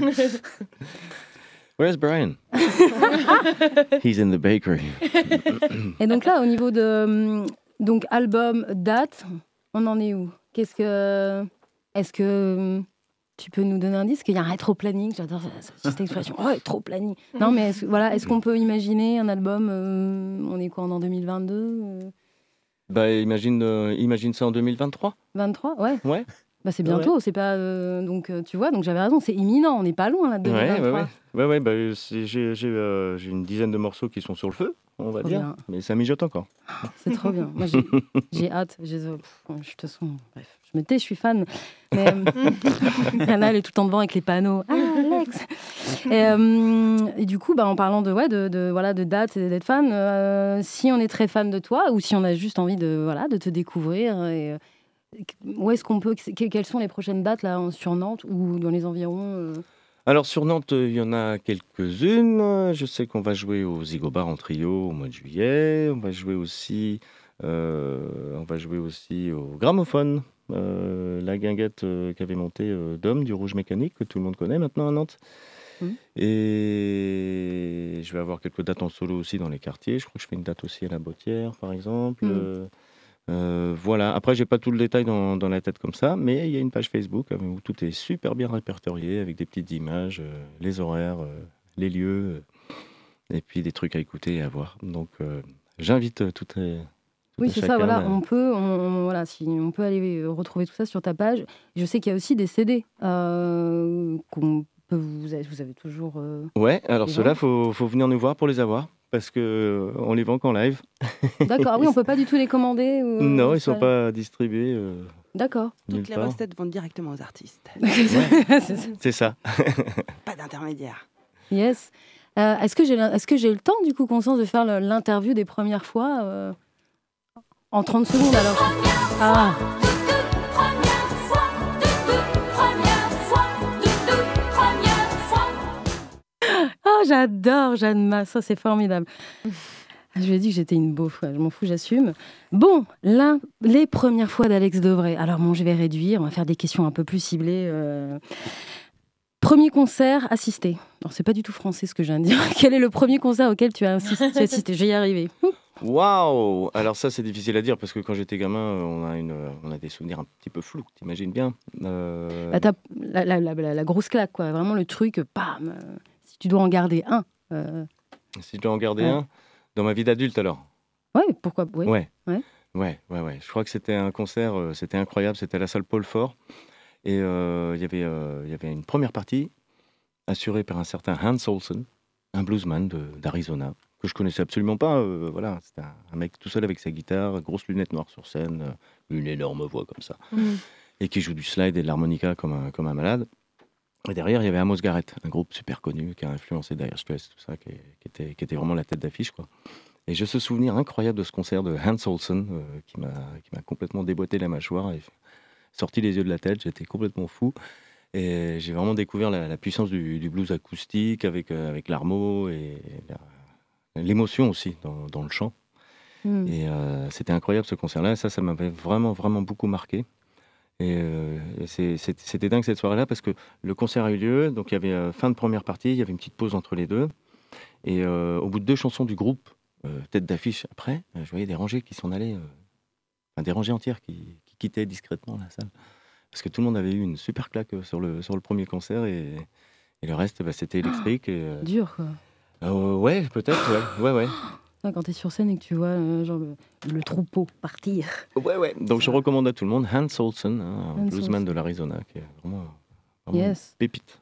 Where's Brian? He's in the bakery. Et donc là, au niveau de hum, donc album, date, on en est où? Qu'est-ce que est-ce que hum, tu peux nous donner un indice? Qu'il y a un rétro-planning, j'adore cette- cette expression. Oh, rétro-planning. Non, mais est-ce, voilà, est-ce qu'on peut imaginer un album? euh, on est quoi, en deux mille vingt-deux euh, Bah imagine, euh, imagine ça en deux mille vingt-trois. vingt-trois? Ouais. Ouais. Bah, c'est bientôt, c'est pas euh, donc euh, tu vois, donc j'avais raison, c'est imminent, on n'est pas loin là de Ouais, ouais, vingt-trois. ouais. Ouais, ouais, bah, c'est- j'ai, j'ai, euh, j'ai une dizaine de morceaux qui sont sur le feu, on va Trop dire, bien. mais ça mijote encore. C'est trop bien. Moi, j'ai, j'ai hâte. J'ai, pff, de toute façon, bref, je me tais, je suis fan. Mais euh, Anna, elle est tout le temps devant avec les panneaux. Ah, Alex. Et, euh, et du coup, bah, en parlant de ouais, de, de voilà, de date et d'être fan, euh, si on est très fan de toi ou si on a juste envie de voilà, de te découvrir, et, euh, où est-ce qu'on peut, que- quelles sont les prochaines dates là en- sur Nantes ou dans les environs euh Alors sur Nantes, euh, il y en a quelques-unes. Je sais qu'on va jouer au Zigobar en trio au mois de juillet. On va jouer aussi, euh, on va jouer aussi au Gramophone, euh, la guinguette euh, qu'avait montée euh, Dom du Rouge Mécanique, que tout le monde connaît maintenant à Nantes. Mhm. Et je vais avoir quelques dates en solo aussi dans les quartiers. Je crois que je fais une date aussi à la Bottière, par exemple. Mhm. Euh, euh, voilà. Après, j'ai pas tout le détail dans, dans la tête comme ça, mais il y a une page Facebook euh, où tout est super bien répertorié avec des petites images, euh, les horaires, euh, les lieux, euh, et puis des trucs à écouter et à voir. Donc, euh, j'invite euh, toutes et tout Oui, un c'est ça, chacun voilà, à- on peut, on, on- voilà, si on peut aller euh, retrouver tout ça sur ta page. Je sais qu'il y a aussi des C D euh, qu'on peut vous, avez, vous avez toujours. euh, Ouais, alors les ceux-là, vendre. faut, faut venir nous voir pour les avoir parce que euh, on les vend qu'en live. D'accord, ah oui, on peut pas du tout les commander. Ou, Non, euh, ils sont ça- pas distribués euh, D'accord. nulle Toutes les part. recettes vont directement aux artistes. C'est ça. C'est ça. Pas d'intermédiaire. Yes. Euh, est-ce que j'ai, l'in- est-ce que j'ai le temps du coup, Constance, de faire le- l'interview des premières fois euh, en trente secondes alors? Ah. Oh, j'adore Jeanne Masse, ça c'est formidable. Je lui ai dit que j'étais une beauf, ouais, je m'en fous, j'assume. Bon, là, les premières fois d'Alex Devray. Alors bon, je vais réduire, on va faire des questions un peu plus ciblées. euh. Premier concert assisté. Alors c'est pas du tout français ce que je viens de dire. Quel est le premier concert auquel tu as assisté, tu as assisté? Je vais y arriver. Waouh! Alors ça, c'est difficile à dire parce que quand j'étais gamin, euh, on a, une, euh, on a des souvenirs un petit peu flous, t'imagines bien. Euh, Bah, t'as la, la- la- la- la grosse claque, quoi. Vraiment le truc, bam. euh, Si tu dois en garder un. euh, Si je dois en garder Ouais. un, dans ma vie d'adulte alors. Ouais, pourquoi ouais. Ouais. Ouais. Ouais, ouais, ouais. Je crois que c'était un concert, euh, c'était incroyable. C'était à la salle Paul Fort. Et euh, il y avait, euh, il y avait une première partie assurée par un certain Hans Olsen, un bluesman de- d'Arizona, que je connaissais absolument pas. euh, voilà, c'était un, un mec tout seul avec sa guitare, grosses lunettes noires sur scène, euh, une énorme voix comme ça, Mhm. et qui joue du slide et de l'harmonica comme un, comme un malade. Et derrière, il y avait Amos Garrett, un groupe super connu qui a influencé Dire Straits, tout ça, qui, est- qui était, qui était vraiment la tête d'affiche, quoi. Et j'ai ce souvenir incroyable de ce concert de Hans Olsen euh, qui m'a qui m'a complètement déboîté la mâchoire et sorti les yeux de la tête. J'étais complètement fou. Et j'ai vraiment découvert la, la puissance du, du blues acoustique avec, euh, avec l'armo et la- l'émotion aussi dans, dans le chant. Mhm. Et euh, c'était incroyable ce concert-là. Ça, ça m'avait vraiment, vraiment beaucoup marqué. Et euh, c'est- c'est- c'était dingue cette soirée-là parce que le concert a eu lieu. Donc il y avait euh, fin de première partie, il y avait une petite pause entre les deux. Et euh, au bout de deux chansons du groupe, euh, tête d'affiche après, euh, je voyais des rangées qui s'en allaient, euh, enfin des rangées entières qui, qui quittaient discrètement la salle. Parce que tout le monde avait eu une super claque euh, sur le, sur le premier concert et, et le reste, bah, c'était électrique. Et, euh, Dur, quoi. euh, ouais, peut-être, ouais, ouais, ouais. Ouais, quand t'es sur scène et que tu vois euh, genre, le, le troupeau partir. Ouais, ouais. Donc je recommande à tout le monde Hans Olsen, hein, un Hans bluesman Olsen. de l'Arizona, qui est vraiment, vraiment Yes. une pépite.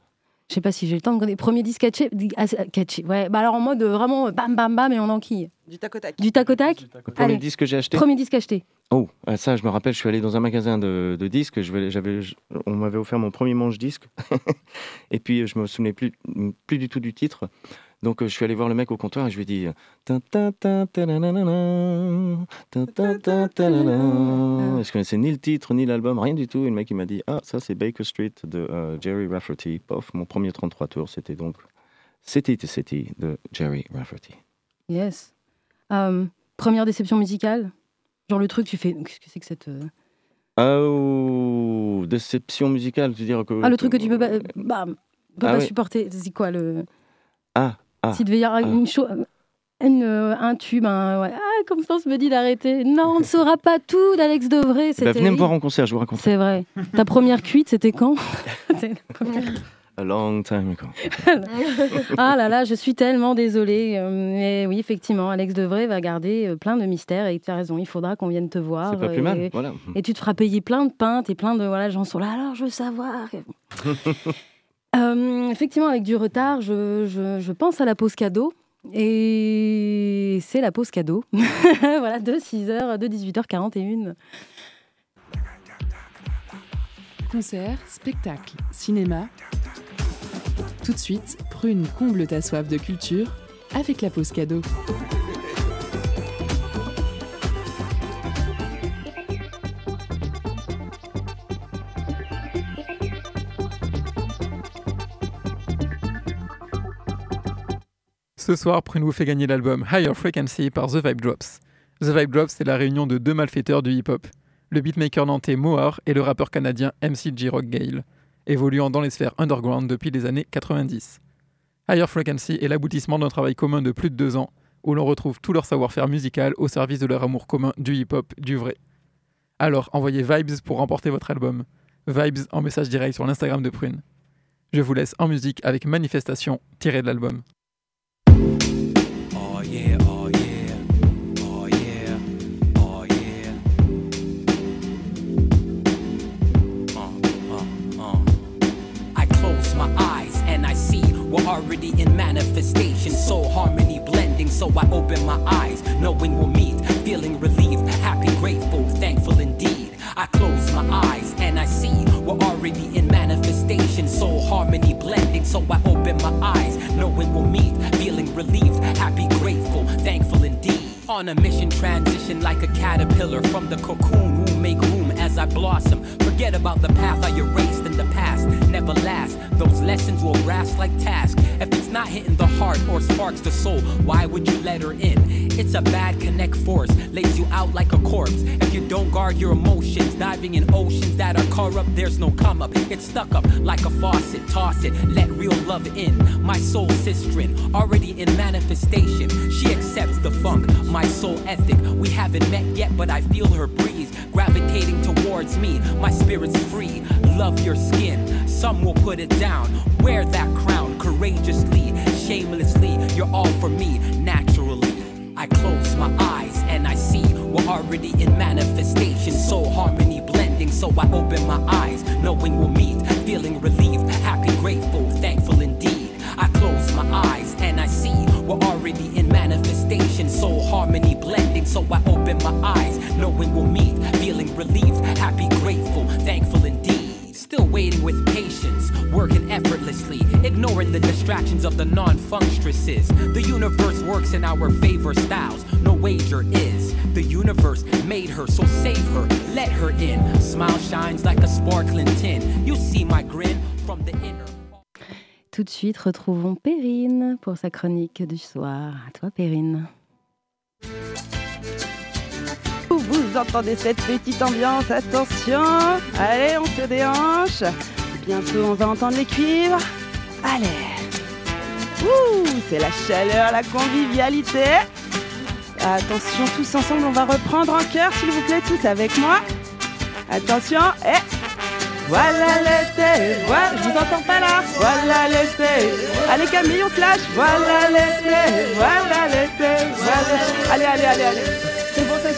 Je sais pas si j'ai le temps de connaître. Premier disque catché, ah, catché. Ouais, bah alors en mode vraiment bam bam bam et on enquille. Du tac au tac. Du tac au tac. Le premier Allez. disque que j'ai acheté. Premier disque acheté. Oh, ah, ça, je me rappelle, je suis allé dans un magasin de, de disques. Je vais- j'avais, je- on m'avait offert mon premier manche-disque. Et puis, je me souvenais plus, plus du tout du titre. Donc, euh, je suis allé voir le mec au comptoir et je lui ai dit tin, tin, tin, tananana, tin, tin, tin, tanana. Je connaissais ni le titre, ni l'album, rien du tout. Et le mec, il m'a dit ah, ça, c'est Baker Street de euh, Jerry Rafferty. Pof, mon premier trente-trois tours, c'était donc City to City de Jerry Rafferty. Yes. Euh, première déception musicale. Genre le truc, tu fais. Qu'est-ce que c'est que cette. euh, Oh, déception musicale, tu veux dire que. Ah, le truc que tu peux pas, euh, bah, peux Ah pas oui. supporter. C'est quoi le. Ah, ah. S'il devait y avoir ah. une chose. Une, euh, un tube, un, ouais. Ah, Constance me dit d'arrêter. Non, on ne saura pas tout d'Alex Devray. Eh C'était... ben, venez me voir en concert, je vous raconte. C'est vrai. Ta première cuite, c'était quand? C'était la première- A long time ago. Ah là là, je suis tellement désolée. Euh, Mais oui, effectivement, Alex Devray va garder euh, plein de mystères et tu as raison, il faudra qu'on vienne te voir. C'est pas plus et, mal, voilà. Et tu te feras payer plein de pintes et plein de voilà, les gens sont là. Alors, je veux savoir. Euh, effectivement, avec du retard, je, je, je pense à la pause cadeau. Et c'est la pause cadeau. Voilà, de six heures, de dix-huit heures quarante et une. Concert, spectacle, cinéma. Tout de suite, Prune comble ta soif de culture avec la pause cadeau. Ce soir, Prune vous fait gagner l'album Higher Frequency par The Vibe Drops. The Vibe Drops, c'est la réunion de deux malfaiteurs du hip-hop, le beatmaker nantais Mohar et le rappeur canadien M C G Rock Gale, évoluant dans les sphères underground depuis les années quatre-vingt-dix. Higher Frequency est l'aboutissement d'un travail commun de plus de deux ans, où l'on retrouve tout leur savoir-faire musical au service de leur amour commun du hip-hop, du vrai. Alors, envoyez Vibes pour remporter votre album. Vibes en message direct sur l'Instagram de Prune. Je vous laisse en musique avec Manifestation, tiré de l'album. Oh yeah, oh yeah, oh yeah, oh yeah. Uh, uh, uh. I close my eyes and I see we're already in manifestation. Soul harmony blending, so I open my eyes, knowing we'll meet, feeling relieved, happy, grateful, thankful indeed. I close my eyes and I see we're already in manifestation. Soul harmony blending, so I open my eyes, knowing we'll meet, feeling relieved, happy, grateful, thankful indeed. On a mission transition like a caterpillar from the cocoon who make room as I blossom. Forget about the path I erased in the past, never last. Those lessons will rast like tasks. If it's not hitting the heart or sparks the soul, why would you let her in? It's a bad connect force, lays you out like a corpse. If you don't guard your emotions, diving in oceans that are corrupt, there's no come up. It's stuck up like a faucet, toss it, let real love in. My soul sistren, already in manifestation. She accepts the funk, my soul ethic. We haven't met yet, but I feel her breeze gravitating towards me. My spirit's free, love your skin. Some will put it down, wear that crown courageously, shamelessly. You're all for me, naturally. I close my eyes and I see we're already in manifestation. Soul harmony blending, so I open my eyes, knowing we'll meet, feeling relieved, happy, grateful, thankful indeed. I close my eyes and I see we're already in manifestation. Soul harmony blending, so I open my eyes, knowing we'll meet, feeling relieved, happy, grateful, thankful indeed. Still waiting with patience, working effortlessly, ignoring the distractions of the non-functresses. The universe works in our favor styles, no wager is. The universe made her, so save her, let her in. Smile shines like a sparkling tin. You see my grin from the inner. Tout de suite, retrouvons Perrine pour sa chronique du soir. À toi, Perrine. Vous entendez cette petite ambiance, attention. Allez, on se déhanche. Bientôt, on va entendre les cuivres. Allez. Ouh, c'est la chaleur, la convivialité. Attention, tous ensemble, on va reprendre en chœur, s'il vous plaît, tous avec moi. Attention, et... Voilà l'été, voilà, je vous entends pas là. Voilà l'été. Allez Camille, on se lâche. Voilà l'été, voilà l'été, voilà. Allez, allez, allez, allez. C'est bon, ça suffit.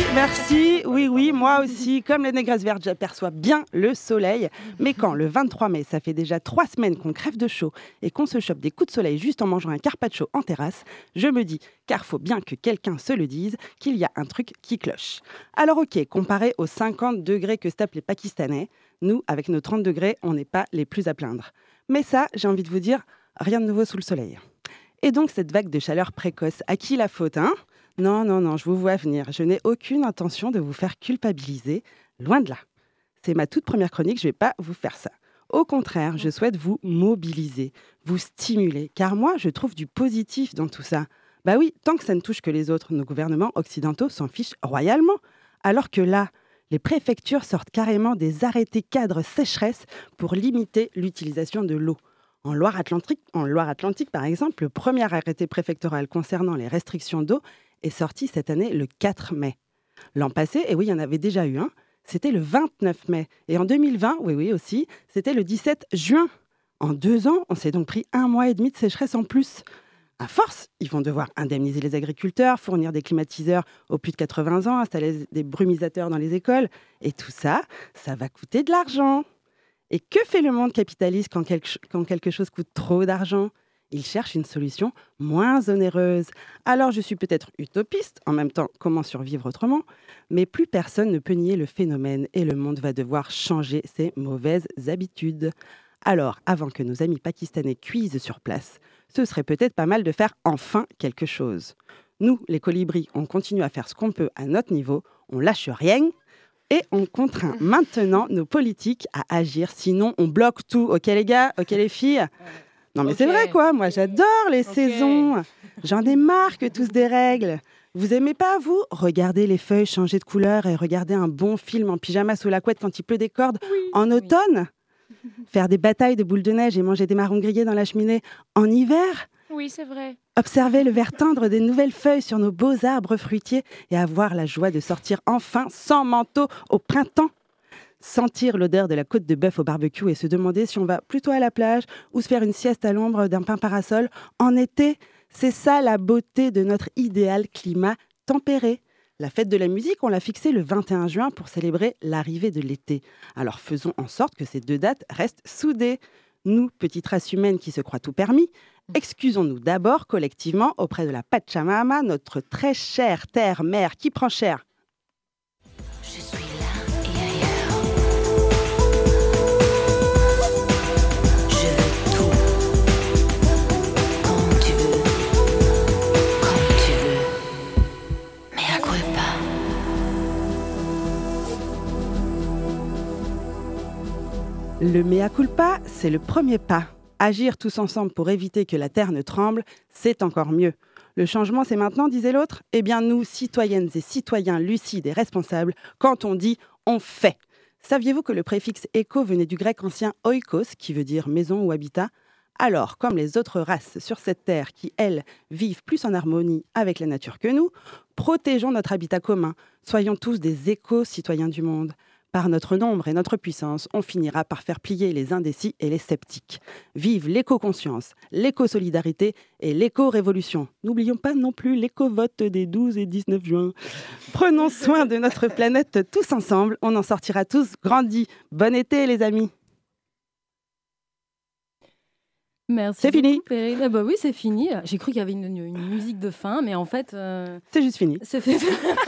merci. Oui, oui, moi aussi, comme les négresses vertes, j'aperçois bien le soleil. Mais quand, le vingt-trois mai, ça fait déjà trois semaines qu'on crève de chaud et qu'on se chope des coups de soleil juste en mangeant un carpaccio en terrasse, je me dis, car faut bien que quelqu'un se le dise, qu'il y a un truc qui cloche. Alors ok, comparé aux cinquante degrés que se tapent les Pakistanais, nous, avec nos trente degrés, on n'est pas les plus à plaindre. Mais ça, j'ai envie de vous dire, rien de nouveau sous le soleil. Et donc cette vague de chaleur précoce, à qui la faute, hein ? Non, non, non, je vous vois venir. Je n'ai aucune intention de vous faire culpabiliser, loin de là. C'est ma toute première chronique, je ne vais pas vous faire ça. Au contraire, je souhaite vous mobiliser, vous stimuler, car moi, je trouve du positif dans tout ça. Bah oui, tant que ça ne touche que les autres, nos gouvernements occidentaux s'en fichent royalement. Alors que là, les préfectures sortent carrément des arrêtés cadres sécheresse pour limiter l'utilisation de l'eau. En Loire-Atlantique, en Loire-Atlantique, par exemple, le premier arrêté préfectoral concernant les restrictions d'eau est sorti cette année le quatre mai. L'an passé, et oui, il y en avait déjà eu un, c'était le vingt-neuf mai. Et en deux mille vingt, oui, oui aussi, c'était le dix-sept juin. En deux ans, on s'est donc pris un mois et demi de sécheresse en plus. À force, ils vont devoir indemniser les agriculteurs, fournir des climatiseurs aux plus de quatre-vingts ans, installer des brumisateurs dans les écoles. Et tout ça, ça va coûter de l'argent. Et que fait le monde capitaliste quand quelque, quand quelque chose coûte trop d'argent ? Il cherche une solution moins onéreuse. Alors je suis peut-être utopiste, en même temps, comment survivre autrement ? Mais plus personne ne peut nier le phénomène et le monde va devoir changer ses mauvaises habitudes. Alors, avant que nos amis pakistanais cuisent sur place, ce serait peut-être pas mal de faire enfin quelque chose. Nous, les colibris, on continue à faire ce qu'on peut à notre niveau, on lâche rien et on contraint maintenant nos politiques à agir, sinon on bloque tout. Ok les gars, ok les filles ? Non mais okay. C'est vrai quoi, moi j'adore les okay. saisons. J'en ai marre que tout se dérègle. Vous aimez pas, vous, regarder les feuilles changer de couleur et regarder un bon film en pyjama sous la couette quand il pleut des cordes oui, en automne ? Oui. Faire des batailles de boules de neige et manger des marrons grillés dans la cheminée en hiver ? Oui, c'est vrai. Observer le vert tendre des nouvelles feuilles sur nos beaux arbres fruitiers et avoir la joie de sortir enfin sans manteau au printemps. Sentir l'odeur de la côte de bœuf au barbecue et se demander si on va plutôt à la plage ou se faire une sieste à l'ombre d'un pin parasol en été. C'est ça la beauté de notre idéal climat tempéré. La fête de la musique, on l'a fixée le vingt et un juin pour célébrer l'arrivée de l'été. Alors faisons en sorte que ces deux dates restent soudées. Nous, petite race humaine qui se croit tout permis, excusons-nous d'abord collectivement auprès de la Pachamama, notre très chère terre-mère qui prend cher. Je suis là et ailleurs. Je veux tout. Quand tu veux. Comme tu veux. Mais à quoi pas? Le mea culpa, c'est le premier pas. Agir tous ensemble pour éviter que la terre ne tremble, c'est encore mieux. Le changement, c'est maintenant, disait l'autre. Eh bien, nous, citoyennes et citoyens lucides et responsables, quand on dit, on fait. Saviez-vous que le préfixe « éco » venait du grec ancien « oikos », qui veut dire maison ou habitat ? Alors, comme les autres races sur cette terre qui, elles, vivent plus en harmonie avec la nature que nous, protégeons notre habitat commun. Soyons tous des éco-citoyens du monde. Par notre nombre et notre puissance, on finira par faire plier les indécis et les sceptiques. Vive l'éco-conscience, l'éco-solidarité et l'éco-révolution. N'oublions pas non plus l'éco-vote des douze et dix-neuf juin. Prenons soin de notre planète tous ensemble, on en sortira tous grandis. Bon été les amis. Merci. C'est fini. Périne. Ah bah oui, c'est fini. J'ai cru qu'il y avait une, une, une musique de fin, mais en fait... Euh... C'est juste fini. C'est fait.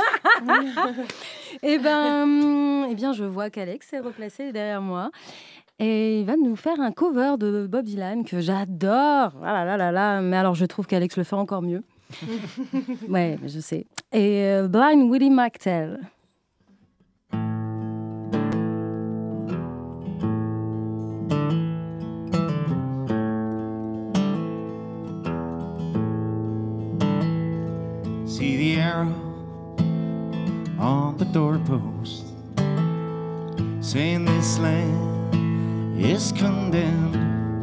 Eh ben, eh bien, je vois qu'Alex est replacé derrière moi. Et il va nous faire un cover de Bob Dylan que j'adore. Ah là là là là. Mais alors, je trouve qu'Alex le fait encore mieux. Ouais, je sais. Et euh, Blind Willie McTell. See the arrow on the doorpost, saying this land is condemned.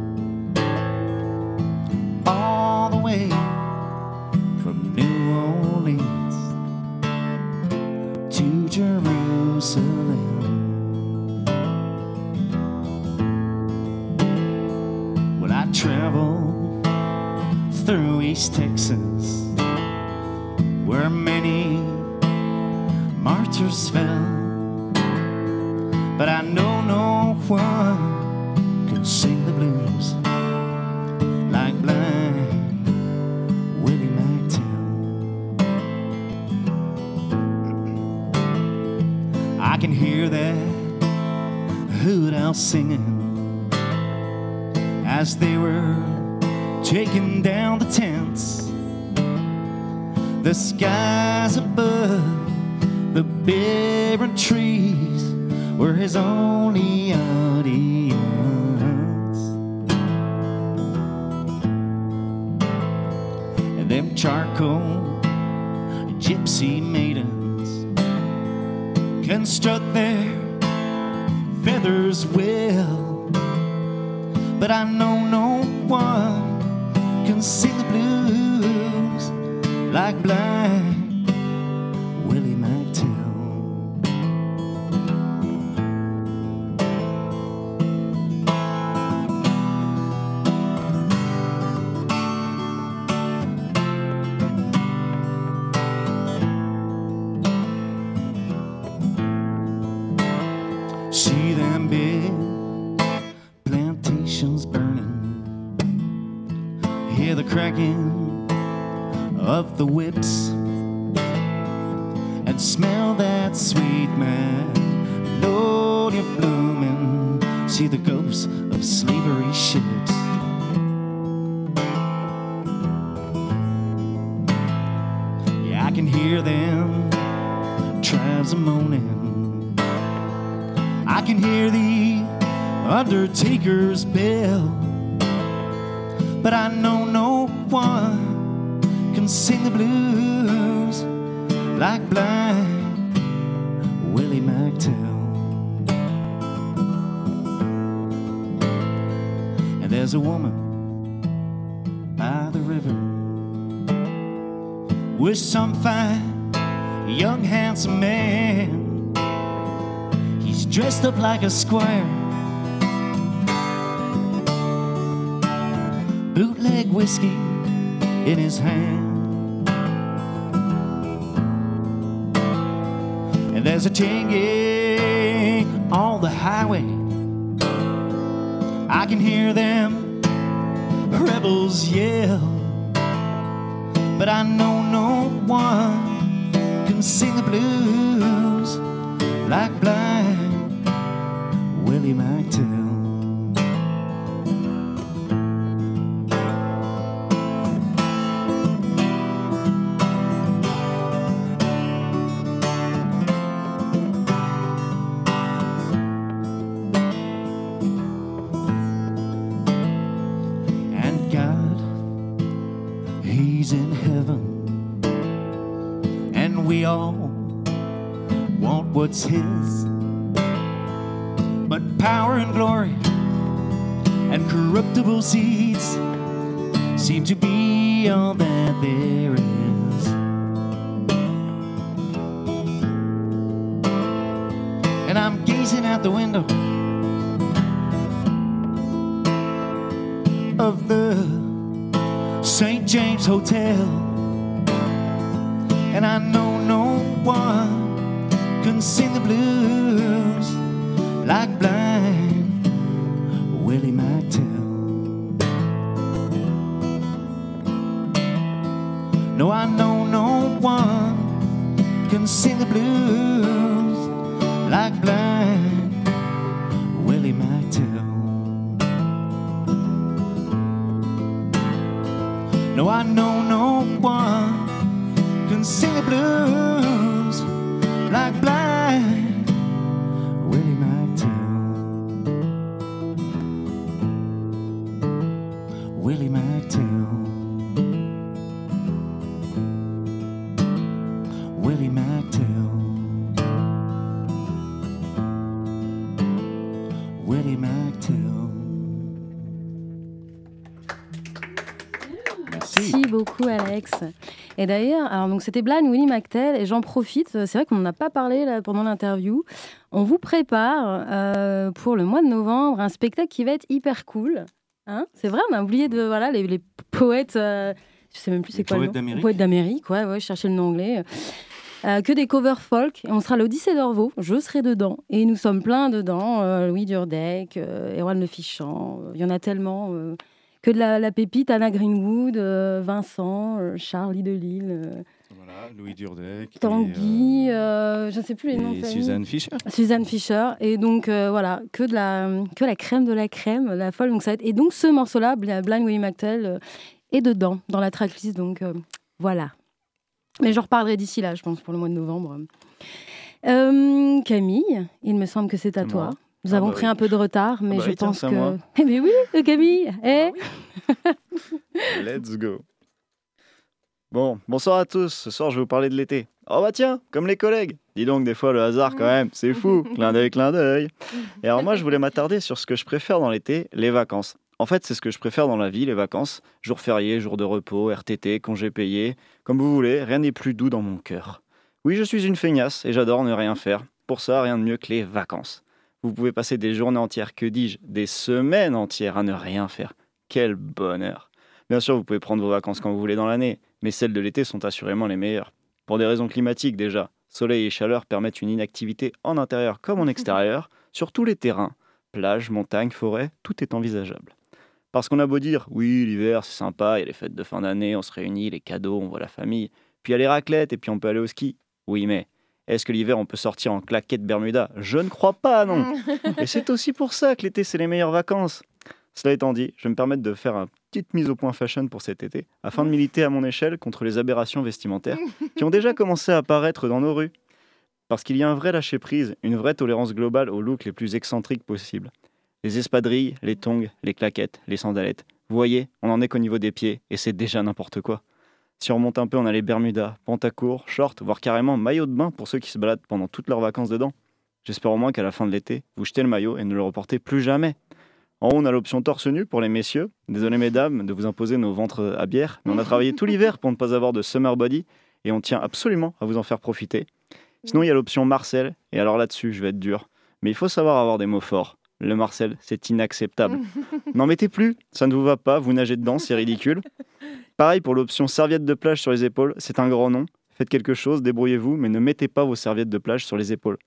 All the way from New Orleans to Jerusalem. When I travel through East Texas, where many altars fell. But I know no one can sing the blues like blind Willie McTell. I can hear that hoot owl singing as they were taking down the tents. The skies above, the barren trees were his only audience. And them charcoal gypsy maidens can strut their feathers well, but I know no one can sing the blues like blind Willie McTell. See them big plantations burning, hear the cracking of the whips, and smell that sweet magnolia blooming. See the ghosts of slavery ships. Yeah, I can hear them tribes a moaning. I can hear the undertaker's bell, but I know no one can sing the blues like blind Willie McTell. And there's a woman by the river with some fine, young, handsome man. He's dressed up like a squire, bootleg whiskey in his hand. And there's a jingling on the highway. I can hear them rebels yell, but I know no one can sing the blues like blind Willie McTell. In heaven, and we all want what's his, but power and glory and corruptible seeds seem to be all that there is. And I'm gazing out the window of the Saint James Hotel, and I know no one can sing the blues like blind Willie McTell. No, I know no one can sing the blues like blind Willie McTell. No, I know no one can sing the blues like blind Willie McTell. Willie McTell. Willie McTell. Willie McTell. Merci beaucoup, Alex. Et d'ailleurs, alors donc c'était Blind Willie McTell, et j'en profite, c'est vrai qu'on n'en a pas parlé là, pendant l'interview. On vous prépare euh, pour le mois de novembre un spectacle qui va être hyper cool. Hein, c'est vrai, on a oublié de voilà les, les poètes. Euh, je sais même plus c'est les quoi poètes le nom. d'Amérique. Poètes d'Amérique, ouais, ouais, je cherchais le nom anglais. Euh, que des covers folk. Et on sera à l'Odyssée d'Orvaux. Je serai dedans. Et nous sommes plein dedans. Euh, Louis Durdek, euh, Erwan Le Fichant. Il euh, y en a tellement. Euh, que de la, la pépite, Anna Greenwood, euh, Vincent, euh, Charlie Delisle. Euh, Voilà, Louis Durdek. Tanguy, et, euh, euh, je ne sais plus les noms. et Suzanne Fischer. Suzanne Fischer. Et donc, euh, voilà, que, de la, que la crème de la crème, la folle. Donc ça va être... Et donc, ce morceau-là, Blind Willie McTell, euh, est dedans, dans la tracklist. Donc, euh, voilà. Mais j'en reparlerai d'ici là, je pense, pour le mois de novembre. Euh, Camille, il me semble que c'est à C'est toi. moi. Nous Ah avons bah pris oui. un peu de retard, mais bah je oui, tiens, pense c'est à que... moi. Eh bien oui, Camille, eh Let's go. Bon, bonsoir à tous. Ce soir, je vais vous parler de l'été. Oh bah tiens, comme les collègues. Dis donc, des fois, le hasard, quand même, c'est fou. Clin d'œil, clin d'œil. Et alors moi, je voulais m'attarder sur ce que je préfère dans l'été, les vacances. En fait, c'est ce que je préfère dans la vie, les vacances. Jours fériés, jours de repos, R T T, congés payés. Comme vous voulez, rien n'est plus doux dans mon cœur. Oui, je suis une feignasse et j'adore ne rien faire. Pour ça, rien de mieux que les vacances. Vous pouvez passer des journées entières, que dis-je, des semaines entières à ne rien faire. Quel bonheur. Bien sûr, vous pouvez prendre vos vacances quand vous voulez dans l'année, mais celles de l'été sont assurément les meilleures. Pour des raisons climatiques déjà, soleil et chaleur permettent une inactivité en intérieur comme en extérieur, sur tous les terrains. Plage, montagne, forêt, tout est envisageable. Parce qu'on a beau dire, oui, l'hiver c'est sympa, il y a les fêtes de fin d'année, on se réunit, les cadeaux, on voit la famille, puis il y a les raclettes et puis on peut aller au ski. Oui, mais est-ce que l'hiver on peut sortir en claquettes Bermuda ? Je ne crois pas, non. Et c'est aussi pour ça que l'été c'est les meilleures vacances. Cela étant dit, je vais me permettre de faire une petite mise au point fashion pour cet été, afin de militer à mon échelle contre les aberrations vestimentaires qui ont déjà commencé à apparaître dans nos rues. Parce qu'il y a un vrai lâcher-prise, une vraie tolérance globale aux looks les plus excentriques possibles. Les espadrilles, les tongs, les claquettes, les sandalettes. Vous voyez, on en est qu'au niveau des pieds, et c'est déjà n'importe quoi. Si on remonte un peu, on a les Bermudas, pantacourts, shorts, voire carrément maillot de bain pour ceux qui se baladent pendant toutes leurs vacances dedans. J'espère au moins qu'à la fin de l'été, vous jetez le maillot et ne le reportez plus jamais. En haut, on a l'option torse nu pour les messieurs. Désolé mesdames de vous imposer nos ventres à bière, mais on a travaillé tout l'hiver pour ne pas avoir de summer body, et on tient absolument à vous en faire profiter. Sinon, il y a l'option Marcel, et alors là-dessus, je vais être dur. Mais il faut savoir avoir des mots forts. Le Marcel, c'est inacceptable. N'en mettez plus, ça ne vous va pas, vous nagez dedans, c'est ridicule. Pareil pour l'option serviette de plage sur les épaules, c'est un grand nom. Faites quelque chose, débrouillez-vous, mais ne mettez pas vos serviettes de plage sur les épaules.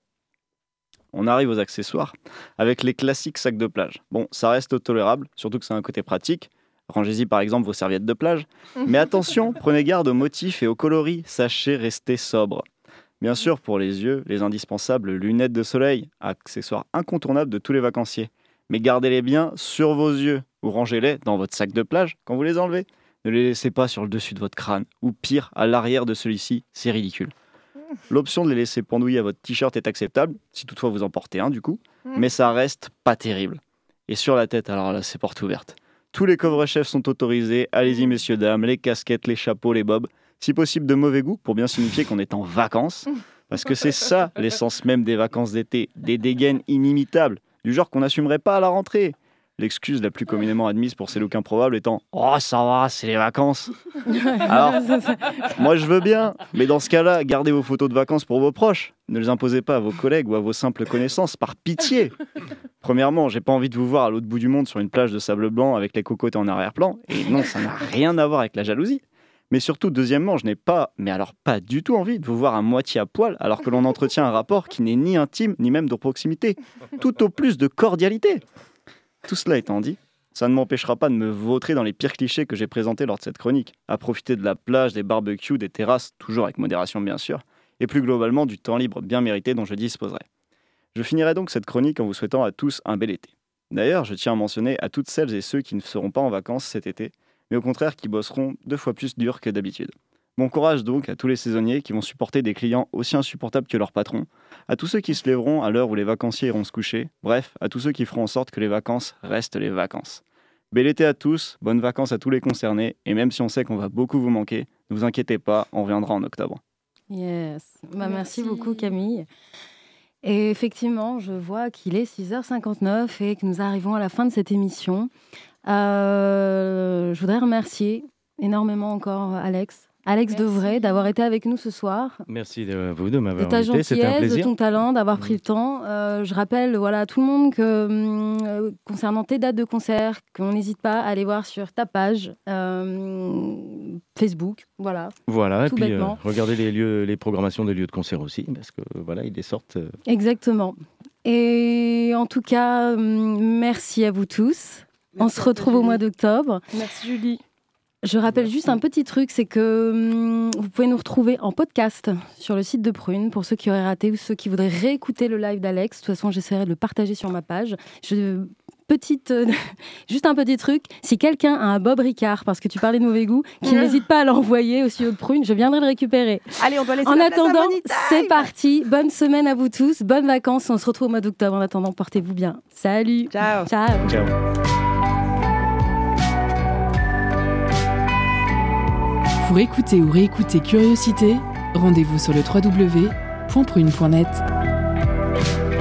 On arrive aux accessoires, avec les classiques sacs de plage. Bon, ça reste tolérable, surtout que c'est un côté pratique. Rangez-y par exemple vos serviettes de plage. Mais attention, prenez garde aux motifs et aux coloris, sachez rester sobre. Bien sûr, pour les yeux, les indispensables lunettes de soleil, accessoires incontournables de tous les vacanciers. Mais gardez-les bien sur vos yeux, ou rangez-les dans votre sac de plage quand vous les enlevez. Ne les laissez pas sur le dessus de votre crâne, ou pire, à l'arrière de celui-ci, c'est ridicule. L'option de les laisser pendouiller à votre t-shirt est acceptable, si toutefois vous en portez un du coup, mais ça reste pas terrible. Et sur la tête, alors là, c'est porte ouverte. Tous les couvre-chefs sont autorisés, allez-y messieurs, dames, les casquettes, les chapeaux, les bobs, si possible de mauvais goût, pour bien signifier qu'on est en vacances, parce que c'est ça l'essence même des vacances d'été, des dégaines inimitables, du genre qu'on n'assumerait pas à la rentrée. L'excuse la plus communément admise pour ces looks improbables étant « Oh, ça va, c'est les vacances !» Alors, moi je veux bien, mais dans ce cas-là, gardez vos photos de vacances pour vos proches. Ne les imposez pas à vos collègues ou à vos simples connaissances, par pitié. Premièrement, j'ai pas envie de vous voir à l'autre bout du monde sur une plage de sable blanc avec les cocottes en arrière-plan, et non, ça n'a rien à voir avec la jalousie. Mais surtout, deuxièmement, je n'ai pas, mais alors pas du tout envie de vous voir à moitié à poil alors que l'on entretient un rapport qui n'est ni intime ni même de proximité, tout au plus de cordialité. Tout cela étant dit, ça ne m'empêchera pas de me vautrer dans les pires clichés que j'ai présentés lors de cette chronique, à profiter de la plage, des barbecues, des terrasses, toujours avec modération bien sûr, et plus globalement du temps libre bien mérité dont je disposerai. Je finirai donc cette chronique en vous souhaitant à tous un bel été. D'ailleurs, je tiens à mentionner à toutes celles et ceux qui ne seront pas en vacances cet été, mais au contraire qui bosseront deux fois plus dur que d'habitude. Bon courage donc à tous les saisonniers qui vont supporter des clients aussi insupportables que leurs patrons, à tous ceux qui se lèveront à l'heure où les vacanciers iront se coucher, bref, à tous ceux qui feront en sorte que les vacances restent les vacances. Bel été à tous, bonnes vacances à tous les concernés, et même si on sait qu'on va beaucoup vous manquer, ne vous inquiétez pas, on reviendra en octobre. Yes, bah, merci. merci beaucoup Camille. Et effectivement, je vois qu'il est six heures cinquante-neuf et que nous arrivons à la fin de cette émission. Euh, je voudrais remercier énormément encore Alex Alex Merci. Devray, d'avoir été avec nous ce soir. Merci à vous de De m'avoir ta invité, c'était un gentillesse, de plaisir. ton talent, d'avoir pris le temps. Euh, je rappelle voilà, à tout le monde que hum, euh, concernant tes dates de concert, qu'on n'hésite pas à aller voir sur ta page euh, Facebook. Voilà. Voilà, et Tout puis euh, bêtement. regardez les lieux, les programmations des lieux de concert aussi, parce que voilà, ils les sortent. euh, Exactement. Et en tout cas, hum, merci à vous tous. On se retrouve au mois d'octobre. Merci Julie. Je rappelle juste un petit truc, c'est que hum, vous pouvez nous retrouver en podcast sur le site de Prune, pour ceux qui auraient raté ou ceux qui voudraient réécouter le live d'Alex. De toute façon, j'essaierai de le partager sur ma page. Je... Petite, euh, juste un petit truc, si quelqu'un a un Bob Ricard, parce que tu parlais de mauvais goût, qu'il n'hésite pas à l'envoyer au studio de Prune, je viendrai le récupérer. Allez, on doit laisser En la place à attendant, Money Time. c'est parti. Bonne semaine à vous tous, bonnes vacances. On se retrouve au mois d'octobre. En attendant, portez-vous bien. Salut. Ciao. Ciao. Ciao. Pour écouter ou réécouter Curiosité, rendez-vous sur le w w w point prune point net.